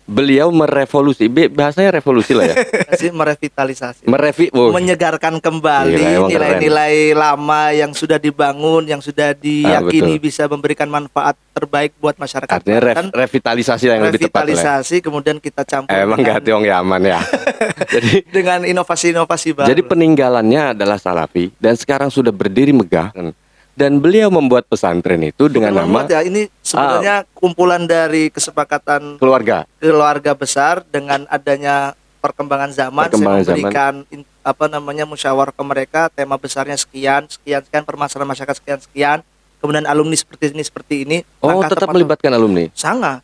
beliau merevolusi, bahasanya revolusi lah ya. merevitalisasi, Merevi, oh. menyegarkan kembali nilai-nilai lama yang sudah dibangun, yang sudah diyakini ah, bisa memberikan manfaat terbaik buat masyarakat. Artinya rev, revitalisasi yang lebih tepat. Revitalisasi kemudian kita campur. Emang dengan, gak tiong Yaman ya. Jadi dengan inovasi-inovasi baru. Jadi peninggalannya adalah Salafi dan sekarang sudah berdiri megah. Dan beliau membuat pesantren itu dengan nama ya, ini sebenarnya uh, kumpulan dari kesepakatan keluarga keluarga besar dengan adanya perkembangan zaman. Perkembangan saya memberikan zaman. In, apa namanya musyawarah ke mereka, tema besarnya sekian sekian sekian permasalahan masyarakat sekian sekian, kemudian alumni seperti ini seperti ini. Oh, tetap melibatkan alumni. Sangat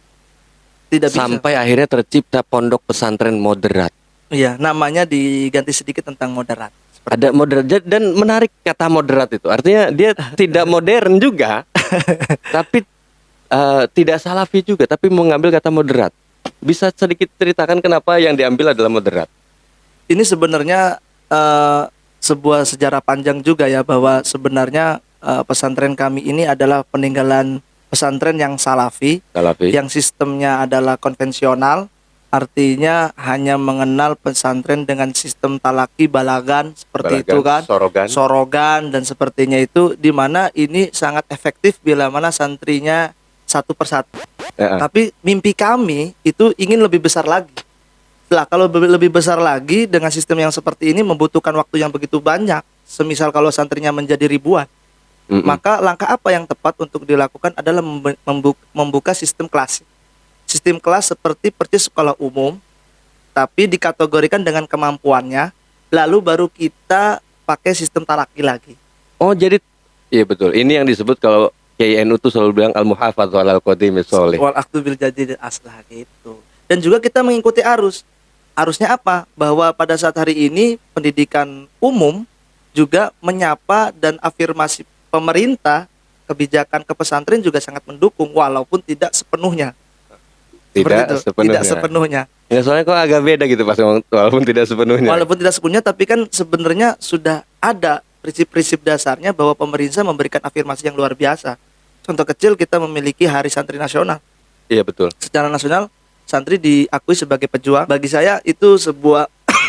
tidak bisa. Sampai akhirnya tercipta pondok pesantren moderat. Iya, namanya diganti sedikit tentang moderat. Ada moderat dan menarik kata moderat itu. Artinya dia tidak modern juga, tapi uh, tidak salafi juga, tapi mengambil kata moderat. Bisa sedikit ceritakan kenapa yang diambil adalah moderat? Ini sebenarnya uh, sebuah sejarah panjang juga ya, bahwa sebenarnya uh, pesantren kami ini adalah peninggalan pesantren yang salafi, salafi, yang sistemnya adalah konvensional. Artinya hanya mengenal pesantren dengan sistem talaki, balagan seperti balagan, itu kan, sorogan. sorogan dan sepertinya itu, di mana ini sangat efektif bila mana santrinya satu persatu. Ya. Tapi mimpi kami itu ingin lebih besar lagi. Lah kalau lebih besar lagi dengan sistem yang seperti ini membutuhkan waktu yang begitu banyak. Semisal kalau santrinya menjadi ribuan, mm -mm. maka langkah apa yang tepat untuk dilakukan adalah membuka sistem klasik. Sistem kelas seperti persis sekolah umum, tapi dikategorikan dengan kemampuannya, lalu baru kita pakai sistem talaki lagi. Oh jadi, iya betul. Ini yang disebut kalau K I N U itu selalu bilang al-muhafadz wal qadimi sholih. Wal aktu bil jadid aslah gitu. Dan juga kita mengikuti arus. Arusnya apa? Bahwa pada saat hari ini pendidikan umum juga menyapa dan afirmasi pemerintah, kebijakan ke pesantren juga sangat mendukung, walaupun tidak sepenuhnya. Tidak sepenuhnya. Tidak sepenuhnya. Ya soalnya kok agak beda gitu pas walaupun tidak sepenuhnya. Walaupun tidak sepenuhnya, tapi kan sebenarnya sudah ada prinsip-prinsip dasarnya bahwa pemerintah memberikan afirmasi yang luar biasa. Contoh kecil, kita memiliki Hari Santri Nasional. Iya betul. Secara nasional santri diakui sebagai pejuang. Bagi saya itu sebuah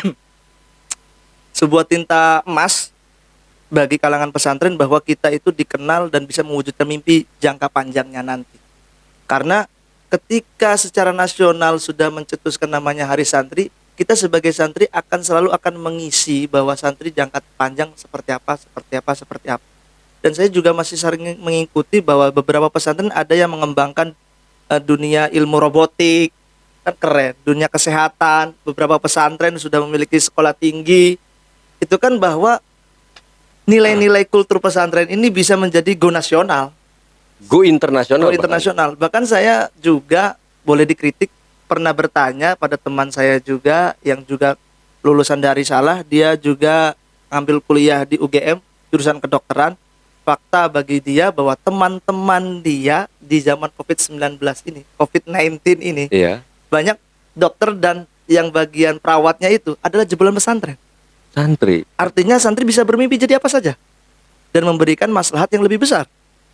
sebuah tinta emas bagi kalangan pesantren bahwa kita itu dikenal dan bisa mewujudkan mimpi jangka panjangnya nanti. Karena ketika secara nasional sudah mencetuskan namanya Hari Santri, kita sebagai santri akan selalu akan mengisi bahwa santri jangka panjang seperti apa, seperti apa, seperti apa. Dan saya juga masih sering mengikuti bahwa beberapa pesantren ada yang mengembangkan uh, dunia ilmu robotik, kan keren. Dunia kesehatan, beberapa pesantren sudah memiliki sekolah tinggi. Itu kan bahwa nilai-nilai kultur pesantren ini bisa menjadi go nasional. Go internasional. Go internasional. Bahkan saya juga boleh dikritik, pernah bertanya pada teman saya juga yang juga lulusan dari Salah, dia juga ngambil kuliah di U G M jurusan kedokteran. Fakta bagi dia bahwa teman-teman dia di zaman covid sembilan belas ini, covid sembilan belas ini, iya. banyak dokter dan yang bagian perawatnya itu adalah jebolan pesantren. Santri. Artinya santri bisa bermimpi jadi apa saja dan memberikan maslahat yang lebih besar.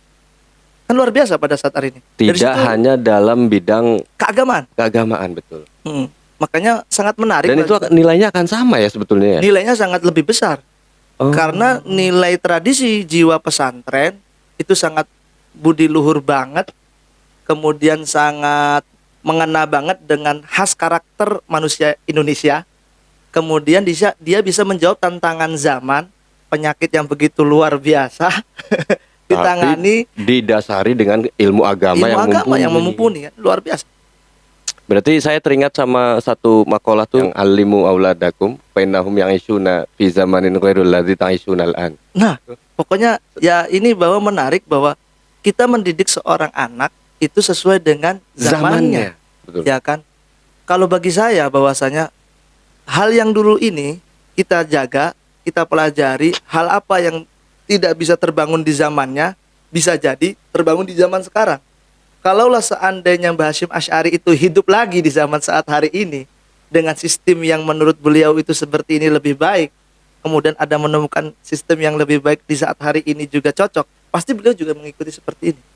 Kan luar biasa pada saat hari ini. Tidak situ, hanya dalam bidang keagamaan. Keagamaan betul. Hmm, makanya sangat menarik. Dan itu akan, nilainya akan sama ya sebetulnya. Ya? Nilainya sangat lebih besar. Oh. Karena nilai tradisi jiwa pesantren itu sangat budi luhur banget, kemudian sangat mengena banget dengan khas karakter manusia Indonesia. Kemudian dia, dia bisa menjawab tantangan zaman, penyakit yang begitu luar biasa. Ditangani, tapi didasari dengan ilmu agama, ilmu yang, agama mumpuni. yang memumpuni kan? Luar biasa. Berarti saya teringat sama satu makalah tuh, yang alimu auladakum fainahum yang isuna fi zamanin ghairul ladzi ta'ishuna al-an. Nah, pokoknya ya ini bahwa menarik bahwa kita mendidik seorang anak itu sesuai dengan zamannya. Zamannya. Betul. Ya kan? Kalau bagi saya bahwasanya hal yang dulu ini kita jaga, kita pelajari, hal apa yang tidak bisa terbangun di zamannya bisa jadi terbangun di zaman sekarang. Kalaulah seandainya Mbah Hasyim Asy'ari itu hidup lagi di zaman saat hari ini dengan sistem yang menurut beliau itu seperti ini lebih baik, kemudian ada menemukan sistem yang lebih baik di saat hari ini juga cocok, pasti beliau juga mengikuti seperti ini.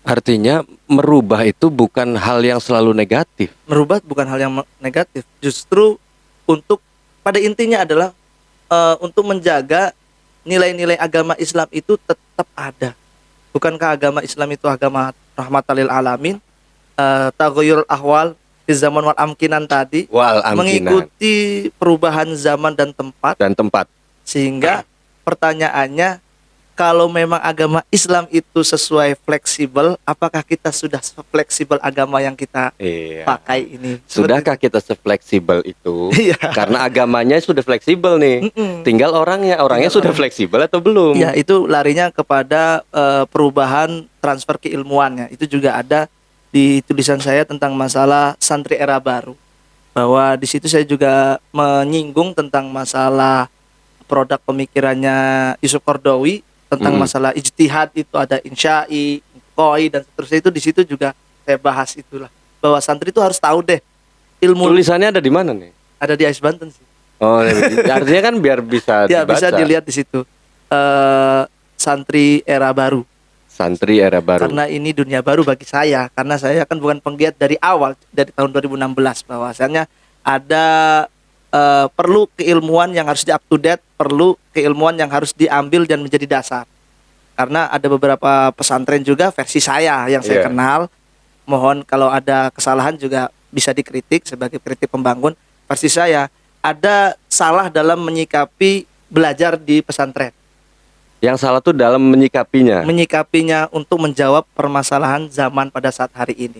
Artinya merubah itu bukan hal yang selalu negatif. Merubah bukan hal yang negatif, justru untuk pada intinya adalah uh, untuk menjaga nilai-nilai agama Islam itu tetap ada. Bukankah agama Islam itu agama rahmatan lil alamin? Uh, Taghayyurul ahwal di zaman wal amkinan tadi, wal amkinan, mengikuti perubahan zaman dan tempat. Dan tempat. Sehingga pertanyaannya, kalau memang agama Islam itu sesuai fleksibel, apakah kita sudah fleksibel agama yang kita iya. pakai ini? Sudahkah kita sefleksibel itu? Iya. Karena agamanya sudah fleksibel nih. Mm-mm. Tinggal orangnya, orangnya Tinggal sudah orang. fleksibel atau belum? Ya, itu larinya kepada uh, perubahan transfer keilmuannya. Itu juga ada di tulisan saya tentang masalah santri era baru. Bahwa di situ saya juga menyinggung tentang masalah produk pemikirannya Yusuf Qaradawi tentang hmm. masalah ijtihad, itu ada insya'i, qoi dan seterusnya. Itu di situ juga saya bahas itulah, bahwa santri itu harus tahu deh ilmu. Tulisannya ada di mana nih? Ada di Ais Banten sih. Oh, artinya kan biar bisa ya, dibaca. Bisa dilihat di situ. Uh, santri era baru. Santri era baru. Karena ini dunia baru bagi saya, karena saya kan bukan penggiat dari awal, dari tahun dua ribu enam belas, bahwasanya ada Uh, perlu keilmuan yang harus di up to date, perlu keilmuan yang harus diambil dan menjadi dasar. Karena ada beberapa pesantren juga versi saya yang saya yeah. kenal. Mohon kalau ada kesalahan juga bisa dikritik sebagai kritik pembangun. Versi saya ada salah dalam menyikapi belajar di pesantren. Yang salah tuh dalam menyikapinya. Menyikapinya untuk menjawab permasalahan zaman pada saat hari ini.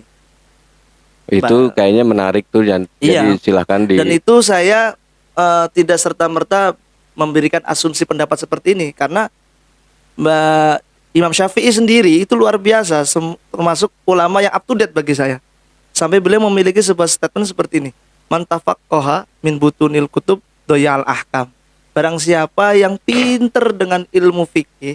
Itu kayaknya menarik tuh, dan iya. jadi silahkan di. Dan itu saya uh, tidak serta-merta memberikan asumsi pendapat seperti ini, karena Mbak Imam Syafi'i sendiri itu luar biasa, termasuk ulama yang up to date bagi saya. Sampai beliau memiliki sebuah statement seperti ini: man tafaqqaha min butunil kutub doyal ahkam. Barang siapa yang pinter dengan ilmu fikih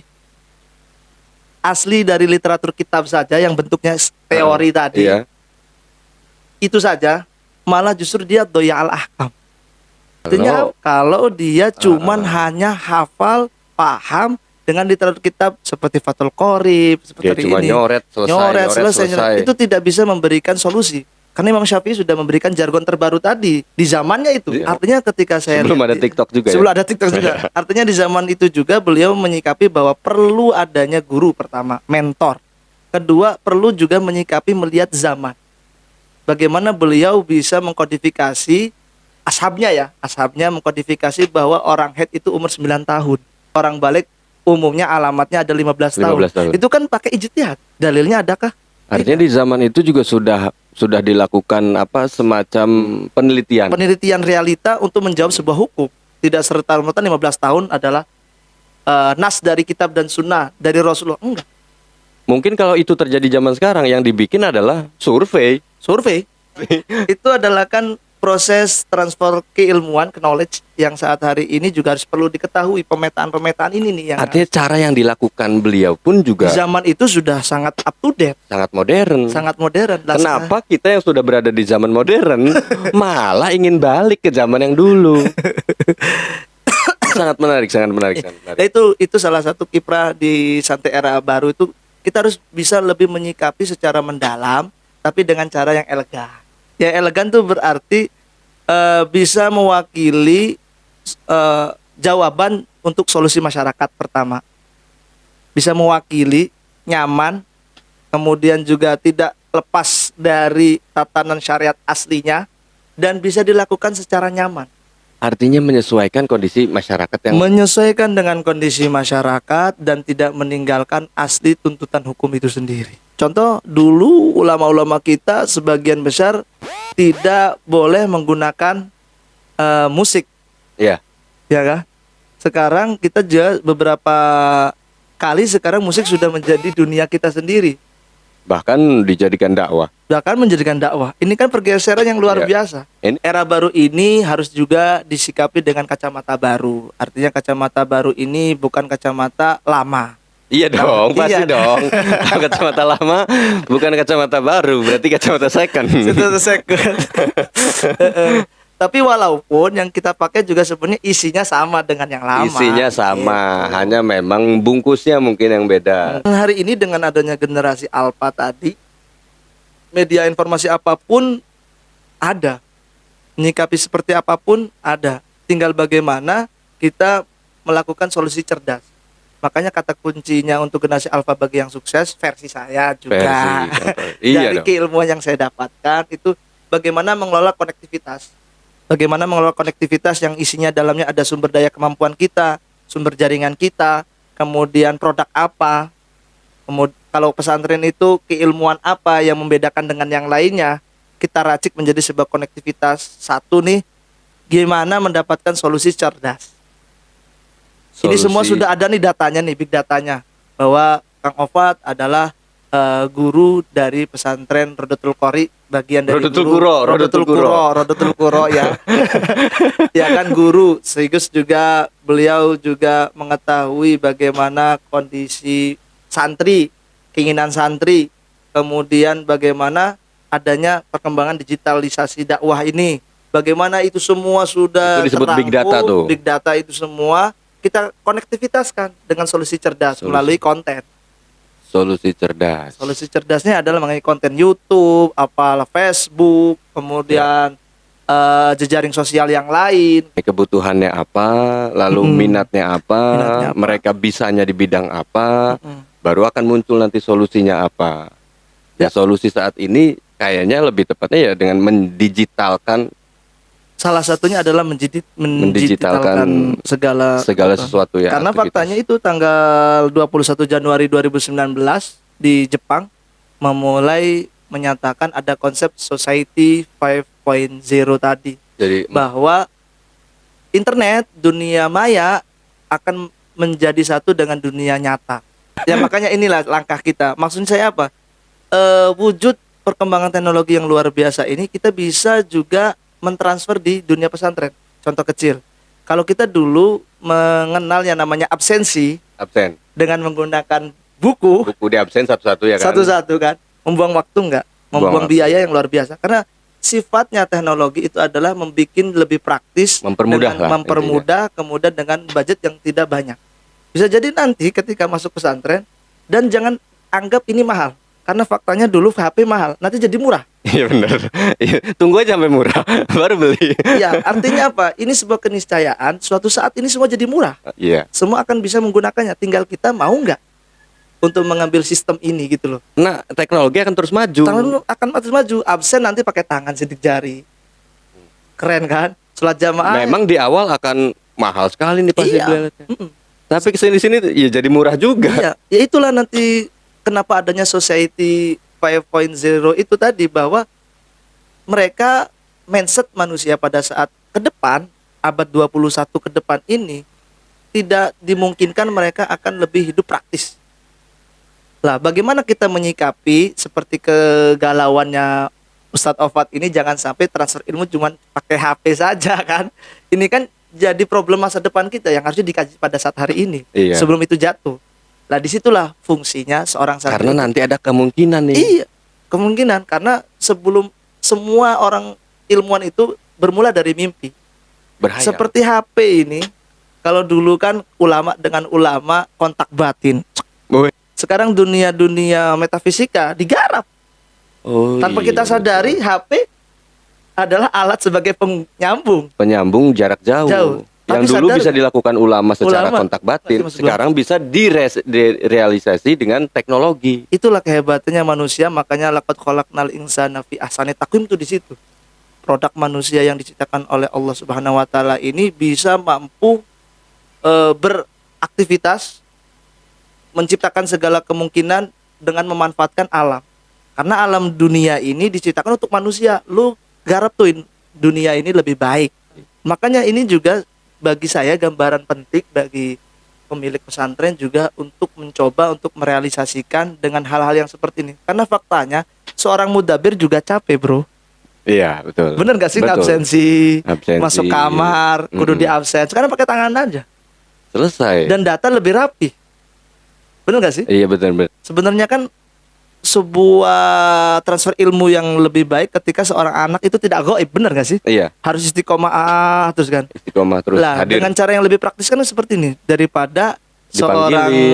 asli dari literatur kitab saja yang bentuknya teori uh, tadi. Iya. Itu saja, malah justru dia doya al-ahkam. Artinya kalau dia cuman uh, hanya hafal, paham dengan literatur kitab seperti Fathul Qorib, seperti dia cuma ini, nyoret, selesai, nyoret, nyoret selesai, selesai. Itu tidak bisa memberikan solusi. Karena Imam Syafi'i sudah memberikan jargon terbaru tadi di zamannya itu. Iya. Artinya ketika saya sebelum ada TikTok juga. Sebelum ya? ada TikTok juga. Artinya di zaman itu juga beliau menyikapi bahwa perlu adanya guru pertama, mentor. Kedua, perlu juga menyikapi melihat zaman. Bagaimana beliau bisa mengkodifikasi ashabnya ya, ashabnya mengkodifikasi bahwa orang haid itu umur sembilan tahun, orang balik umumnya alamatnya ada lima belas tahun. tahun. Itu kan pakai ijtihad. Dalilnya adakah? Artinya Tidak. Di zaman itu juga sudah sudah dilakukan apa semacam penelitian. Penelitian realita untuk menjawab sebuah hukum. Tidak serta-merta lima belas tahun adalah uh, nas dari kitab dan sunnah dari Rasulullah. Enggak. Mungkin kalau itu terjadi zaman sekarang, yang dibikin adalah survei. Survei itu adalah kan proses transfer keilmuan, knowledge yang saat hari ini juga harus perlu diketahui. Pemetaan-pemetaan ini nih yang artinya harus. Cara yang dilakukan beliau pun juga di zaman itu sudah sangat up to date, sangat modern. Sangat modern. Kenapa kita yang sudah berada di zaman modern malah ingin balik ke zaman yang dulu? Sangat menarik, sangat menarik, sangat menarik. Itu itu salah satu kiprah di Santri Era Baru itu, kita harus bisa lebih menyikapi secara mendalam, tapi dengan cara yang elegan. Yang elegan tuh berarti uh, bisa mewakili uh, jawaban untuk solusi masyarakat pertama. Bisa mewakili, nyaman, kemudian juga tidak lepas dari tatanan syariat aslinya, dan bisa dilakukan secara nyaman. Artinya menyesuaikan kondisi masyarakat yang menyesuaikan dengan kondisi masyarakat dan tidak meninggalkan asli tuntutan hukum itu sendiri. Contoh, dulu ulama-ulama kita sebagian besar tidak boleh menggunakan uh, musik. Iya. Ya kan? Sekarang kita juga beberapa kali sekarang musik sudah menjadi dunia kita sendiri. Bahkan dijadikan dakwah. Bahkan menjadikan dakwah. Ini kan pergeseran yang luar ya. biasa. Ini era baru ini harus juga disikapi dengan kacamata baru. Artinya kacamata baru ini bukan kacamata lama. Iya dong, nah, pasti iya. dong. Kacamata lama bukan kacamata baru, berarti kacamata second. Kacamata second. Tapi walaupun yang kita pakai juga sebenarnya isinya sama dengan yang lama. Isinya sama, gitu. Hanya memang bungkusnya mungkin yang beda. Hari ini dengan adanya generasi Alpha tadi, media informasi apapun ada, menyikapi seperti apapun ada. Tinggal bagaimana kita melakukan solusi cerdas. Makanya kata kuncinya untuk generasi Alpha bagi yang sukses, versi saya juga. Versi, iya dari dong. keilmuan yang saya dapatkan itu bagaimana mengelola konektivitas. Bagaimana mengelola konektivitas yang isinya dalamnya ada sumber daya kemampuan kita, sumber jaringan kita, kemudian produk apa. Kemudian kalau pesantren itu keilmuan apa yang membedakan dengan yang lainnya, kita racik menjadi sebuah konektivitas satu nih, gimana mendapatkan solusi cerdas. Solusi. Ini semua sudah ada nih datanya nih, big datanya, bahwa Kang Ofat adalah uh, guru dari pesantren Rodotul Qori, bagian dari Rodotul guru Quro, Rodotul Quro, Rodotul Quro ya. Ya kan guru, sekaligus juga beliau juga mengetahui bagaimana kondisi santri, keinginan santri, kemudian bagaimana adanya perkembangan digitalisasi dakwah ini. Bagaimana itu semua sudah itu disebut terangkum, big data tuh. Big data itu semua kita konektivitaskan dengan solusi cerdas solusi. Melalui konten. Solusi cerdas. Solusi cerdasnya adalah mengenai konten YouTube, apalah Facebook, kemudian ya. uh, jejaring sosial yang lain. Kebutuhannya apa, lalu hmm. minatnya, apa, minatnya apa, mereka bisanya di bidang apa, hmm. baru akan muncul nanti solusinya apa. Ya, ya solusi saat ini kayaknya lebih tepatnya ya dengan mendigitalkan. Salah satunya adalah menjidit, mendigitalkan, mendigitalkan segala segala sesuatu ya. Karena faktanya itu tanggal dua puluh satu Januari dua ribu sembilan belas di Jepang memulai menyatakan ada konsep society lima titik nol tadi. Jadi bahwa internet, dunia maya akan menjadi satu dengan dunia nyata. Ya makanya inilah langkah kita. Maksud saya apa? E, wujud perkembangan teknologi yang luar biasa ini kita bisa juga mentransfer di dunia pesantren. Contoh kecil, kalau kita dulu mengenal yang namanya absensi, absen, dengan menggunakan buku, buku di absen satu-satu ya kan? Satu-satu kan, membuang waktu enggak, membuang biaya yang luar biasa. Karena sifatnya teknologi itu adalah membuat lebih praktis, mempermudah, dengan lah, mempermudah, intinya. Kemudian dengan budget yang tidak banyak. Bisa jadi nanti ketika masuk pesantren, dan jangan anggap ini mahal. Karena faktanya dulu H P mahal, nanti jadi murah. Iya benar. Tunggu aja sampai murah, baru beli. Iya, artinya apa? Ini sebuah keniscayaan. Suatu saat ini semua jadi murah. Iya. Semua akan bisa menggunakannya. Tinggal kita mau nggak untuk mengambil sistem ini gitu loh. Nah, teknologi akan terus maju. Tangan akan terus maju. Absen nanti pakai tangan sidik jari. Keren kan? Sholat jamaah. Memang di awal akan mahal sekali nih pasti. Iya. Tapi kesini-sini ya jadi murah juga. Iya. Ya itulah nanti. Kenapa adanya society lima titik nol itu tadi, bahwa mereka mindset manusia pada saat ke depan, abad dua puluh satu ke depan ini tidak dimungkinkan mereka akan lebih hidup praktis. Lah, bagaimana kita menyikapi seperti kegalauannya Ustadz Ofat ini, jangan sampai transfer ilmu cuma pakai H P saja kan. Ini kan jadi problem masa depan kita yang harusnya dikaji pada saat hari ini, iya. Sebelum itu jatuh. Nah disitulah fungsinya seorang santri. Karena nanti ada kemungkinan nih. Iya, kemungkinan. Karena sebelum semua orang ilmuwan itu bermula dari mimpi. Berhayal. Seperti H P ini, kalau dulu kan ulama dengan ulama kontak batin. Boy. Sekarang dunia-dunia metafisika digarap. Oh, tanpa iya, kita sadari betul. H P adalah alat sebagai penyambung. Penyambung jarak jauh. jauh. Yang dulu bisa dilakukan ulama secara ulama, kontak batin, sekarang bisa direalisasi dengan teknologi. Itulah kehebatannya manusia, makanya laqad khalaqnal insana fi ahsani taqwim itu di situ. Produk manusia yang diciptakan oleh Allah Subhanahu wa taala ini bisa mampu e, beraktivitas, menciptakan segala kemungkinan dengan memanfaatkan alam. Karena alam dunia ini diciptakan untuk manusia. Lu garap tuh dunia ini lebih baik. Makanya ini juga bagi saya gambaran penting bagi pemilik pesantren juga untuk mencoba untuk merealisasikan dengan hal-hal yang seperti ini. Karena faktanya seorang mudabir juga capek, bro. Iya, betul. Bener gak sih? Betul. Absensi, absensi, masuk kamar, kudu mm-hmm. di absen. Sekarang pakai tangan aja. Selesai. Dan data lebih rapi. Bener gak sih? Iya, betul, betul. Sebenarnya kan sebuah transfer ilmu yang lebih baik ketika seorang anak itu tidak gaib, benar gak sih? Iya. Harus istiqomah terus kan. Istiqomah terus lah, hadir. dengan cara yang lebih praktis kan seperti ini, daripada Dipanggilin. seorang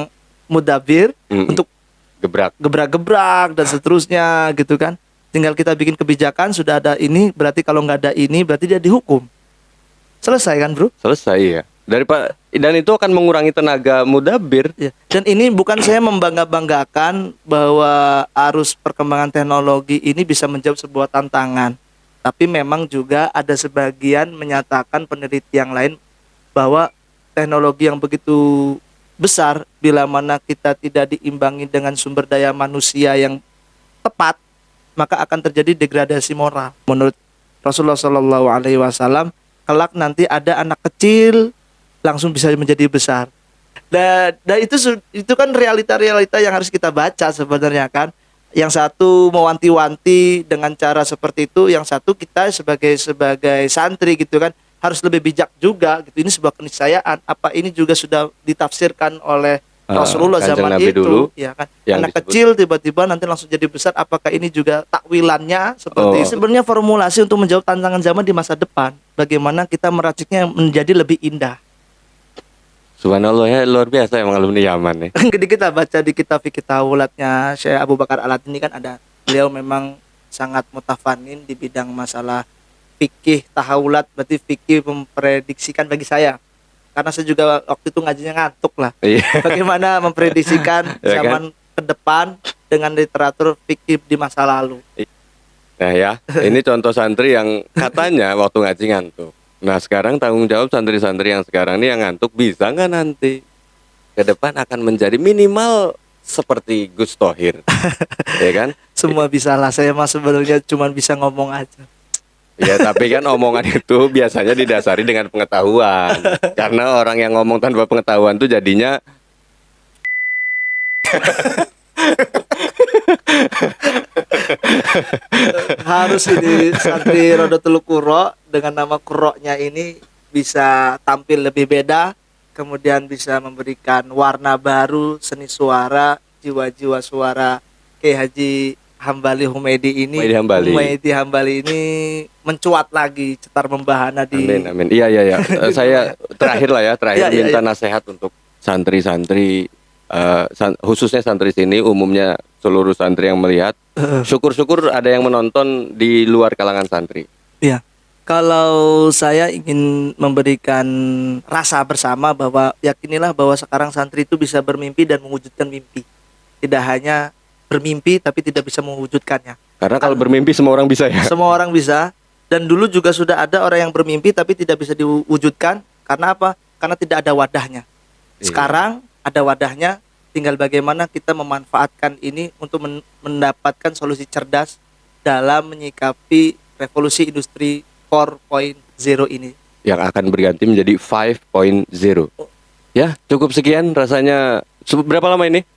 mudabir Mm-mm. untuk gebrak. gebrak-gebrak dan seterusnya gitu kan. Tinggal kita bikin kebijakan, sudah ada ini, berarti kalau nggak ada ini berarti dia dihukum. Selesai kan, bro? Selesai ya. Daripada dan itu akan mengurangi tenaga mudabir. Ya. Dan ini bukan saya membangga-banggakan bahwa arus perkembangan teknologi ini bisa menjawab sebuah tantangan. Tapi memang juga ada sebagian menyatakan peneliti yang lain bahwa teknologi yang begitu besar, bila mana kita tidak diimbangi dengan sumber daya manusia yang tepat, maka akan terjadi degradasi moral. Menurut Rasulullah shallallahu alaihi wasallam, kelak nanti ada anak kecil langsung bisa menjadi besar. Dan, dan itu itu kan realita-realita yang harus kita baca sebenarnya kan. Yang satu mewanti-wanti dengan cara seperti itu, yang satu kita sebagai sebagai santri gitu kan harus lebih bijak juga gitu. Ini sebuah keniscayaan. Apa ini juga sudah ditafsirkan oleh Rasulullah uh, zaman Nabi itu dulu, ya kan. Anak disebut kecil tiba-tiba nanti langsung jadi besar, apakah ini juga takwilannya seperti oh. Sebenarnya formulasi untuk menjawab tantangan zaman di masa depan. Bagaimana kita meraciknya menjadi lebih indah. Subhanallah ya, luar biasa emang alumni Yaman ya. Jadi kita baca di kitab fikih tahawulatnya Syekh Abu Bakar Al-Adni kan ada. Beliau memang sangat mutafanin di bidang masalah fikih tahawulat, berarti fikih memprediksikan bagi saya. Karena saya juga waktu itu ngajinya ngantuk lah. Bagaimana memprediksikan zaman ke depan dengan literatur fikih di masa lalu. Nah ya, ini contoh santri yang katanya waktu ngaji ngantuk. Nah sekarang tanggung jawab santri-santri yang sekarang ini yang ngantuk, bisa nggak nanti ke depan akan menjadi minimal seperti Gus Thohir, ya kan? Semua bisa lah, saya mah sebenarnya cuma bisa ngomong aja. Ya tapi kan omongan itu biasanya didasari dengan pengetahuan. Karena orang yang ngomong tanpa pengetahuan tuh jadinya harus ini santri Rodotul Quro dengan nama Quroknya ini bisa tampil lebih beda, kemudian bisa memberikan warna baru, seni suara, jiwa-jiwa suara Kiai Haji Hambali Humaydi ini. Humaydi Hambali. Humaydi Hambali ini mencuat lagi, cetar membahana di. Amin amin. Iya iya iya. Saya terakhir lah ya, terakhir ya, minta ya, ya. nasihat untuk santri-santri, uh, san, khususnya santri sini, umumnya seluruh santri yang melihat. Syukur-syukur ada yang menonton di luar kalangan santri. Iya. Kalau saya ingin memberikan rasa bersama bahwa yakinilah bahwa sekarang santri itu bisa bermimpi dan mewujudkan mimpi. Tidak hanya bermimpi tapi tidak bisa mewujudkannya. Karena kalau bermimpi semua orang bisa ya. Semua orang bisa. Dan dulu juga sudah ada orang yang bermimpi tapi tidak bisa diwujudkan. Karena apa? Karena tidak ada wadahnya. Sekarang ada wadahnya. Tinggal bagaimana kita memanfaatkan ini untuk men- mendapatkan solusi cerdas dalam menyikapi revolusi industri empat titik nol ini yang akan berganti menjadi lima titik nol. Ya, cukup sekian rasanya. Berapa lama ini?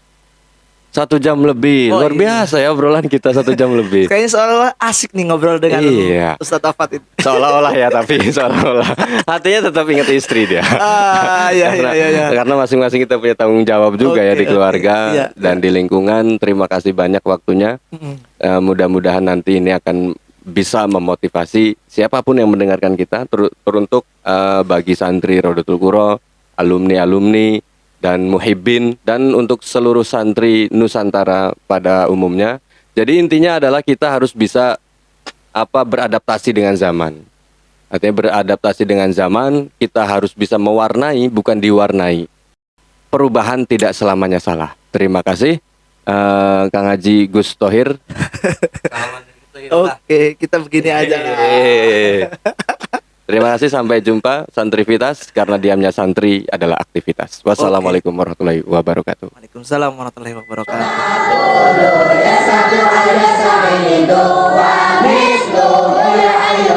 Satu jam lebih. Oh, luar iya. biasa ya obrolan kita satu jam lebih. Kayaknya seolah-olah asik nih ngobrol dengan iya. Ustadz Afat itu. Seolah-olah ya, tapi seolah-olah hatinya tetap ingat istri dia. Ah, iya, karena, iya, iya. karena masing-masing kita punya tanggung jawab juga okay, ya di keluarga okay. iya, dan iya. di lingkungan. Terima kasih banyak waktunya. Mm-hmm. uh, Mudah-mudahan nanti ini akan bisa memotivasi siapapun yang mendengarkan kita, ter- teruntuk uh, bagi santri Rodotul Quro, alumni-alumni dan muhibbin, dan untuk seluruh santri Nusantara pada umumnya. Jadi intinya adalah kita harus bisa apa beradaptasi dengan zaman. Artinya beradaptasi dengan zaman, kita harus bisa mewarnai bukan diwarnai. Perubahan tidak selamanya salah. Terima kasih uh, Kang Haji Gus Thohir. Oke, kita begini aja. Terima kasih, sampai jumpa Santrivitas, karena diamnya santri adalah aktivitas. Wassalamualaikum okay. warahmatullahi wabarakatuh. Waalaikumsalam warahmatullahi wabarakatuh.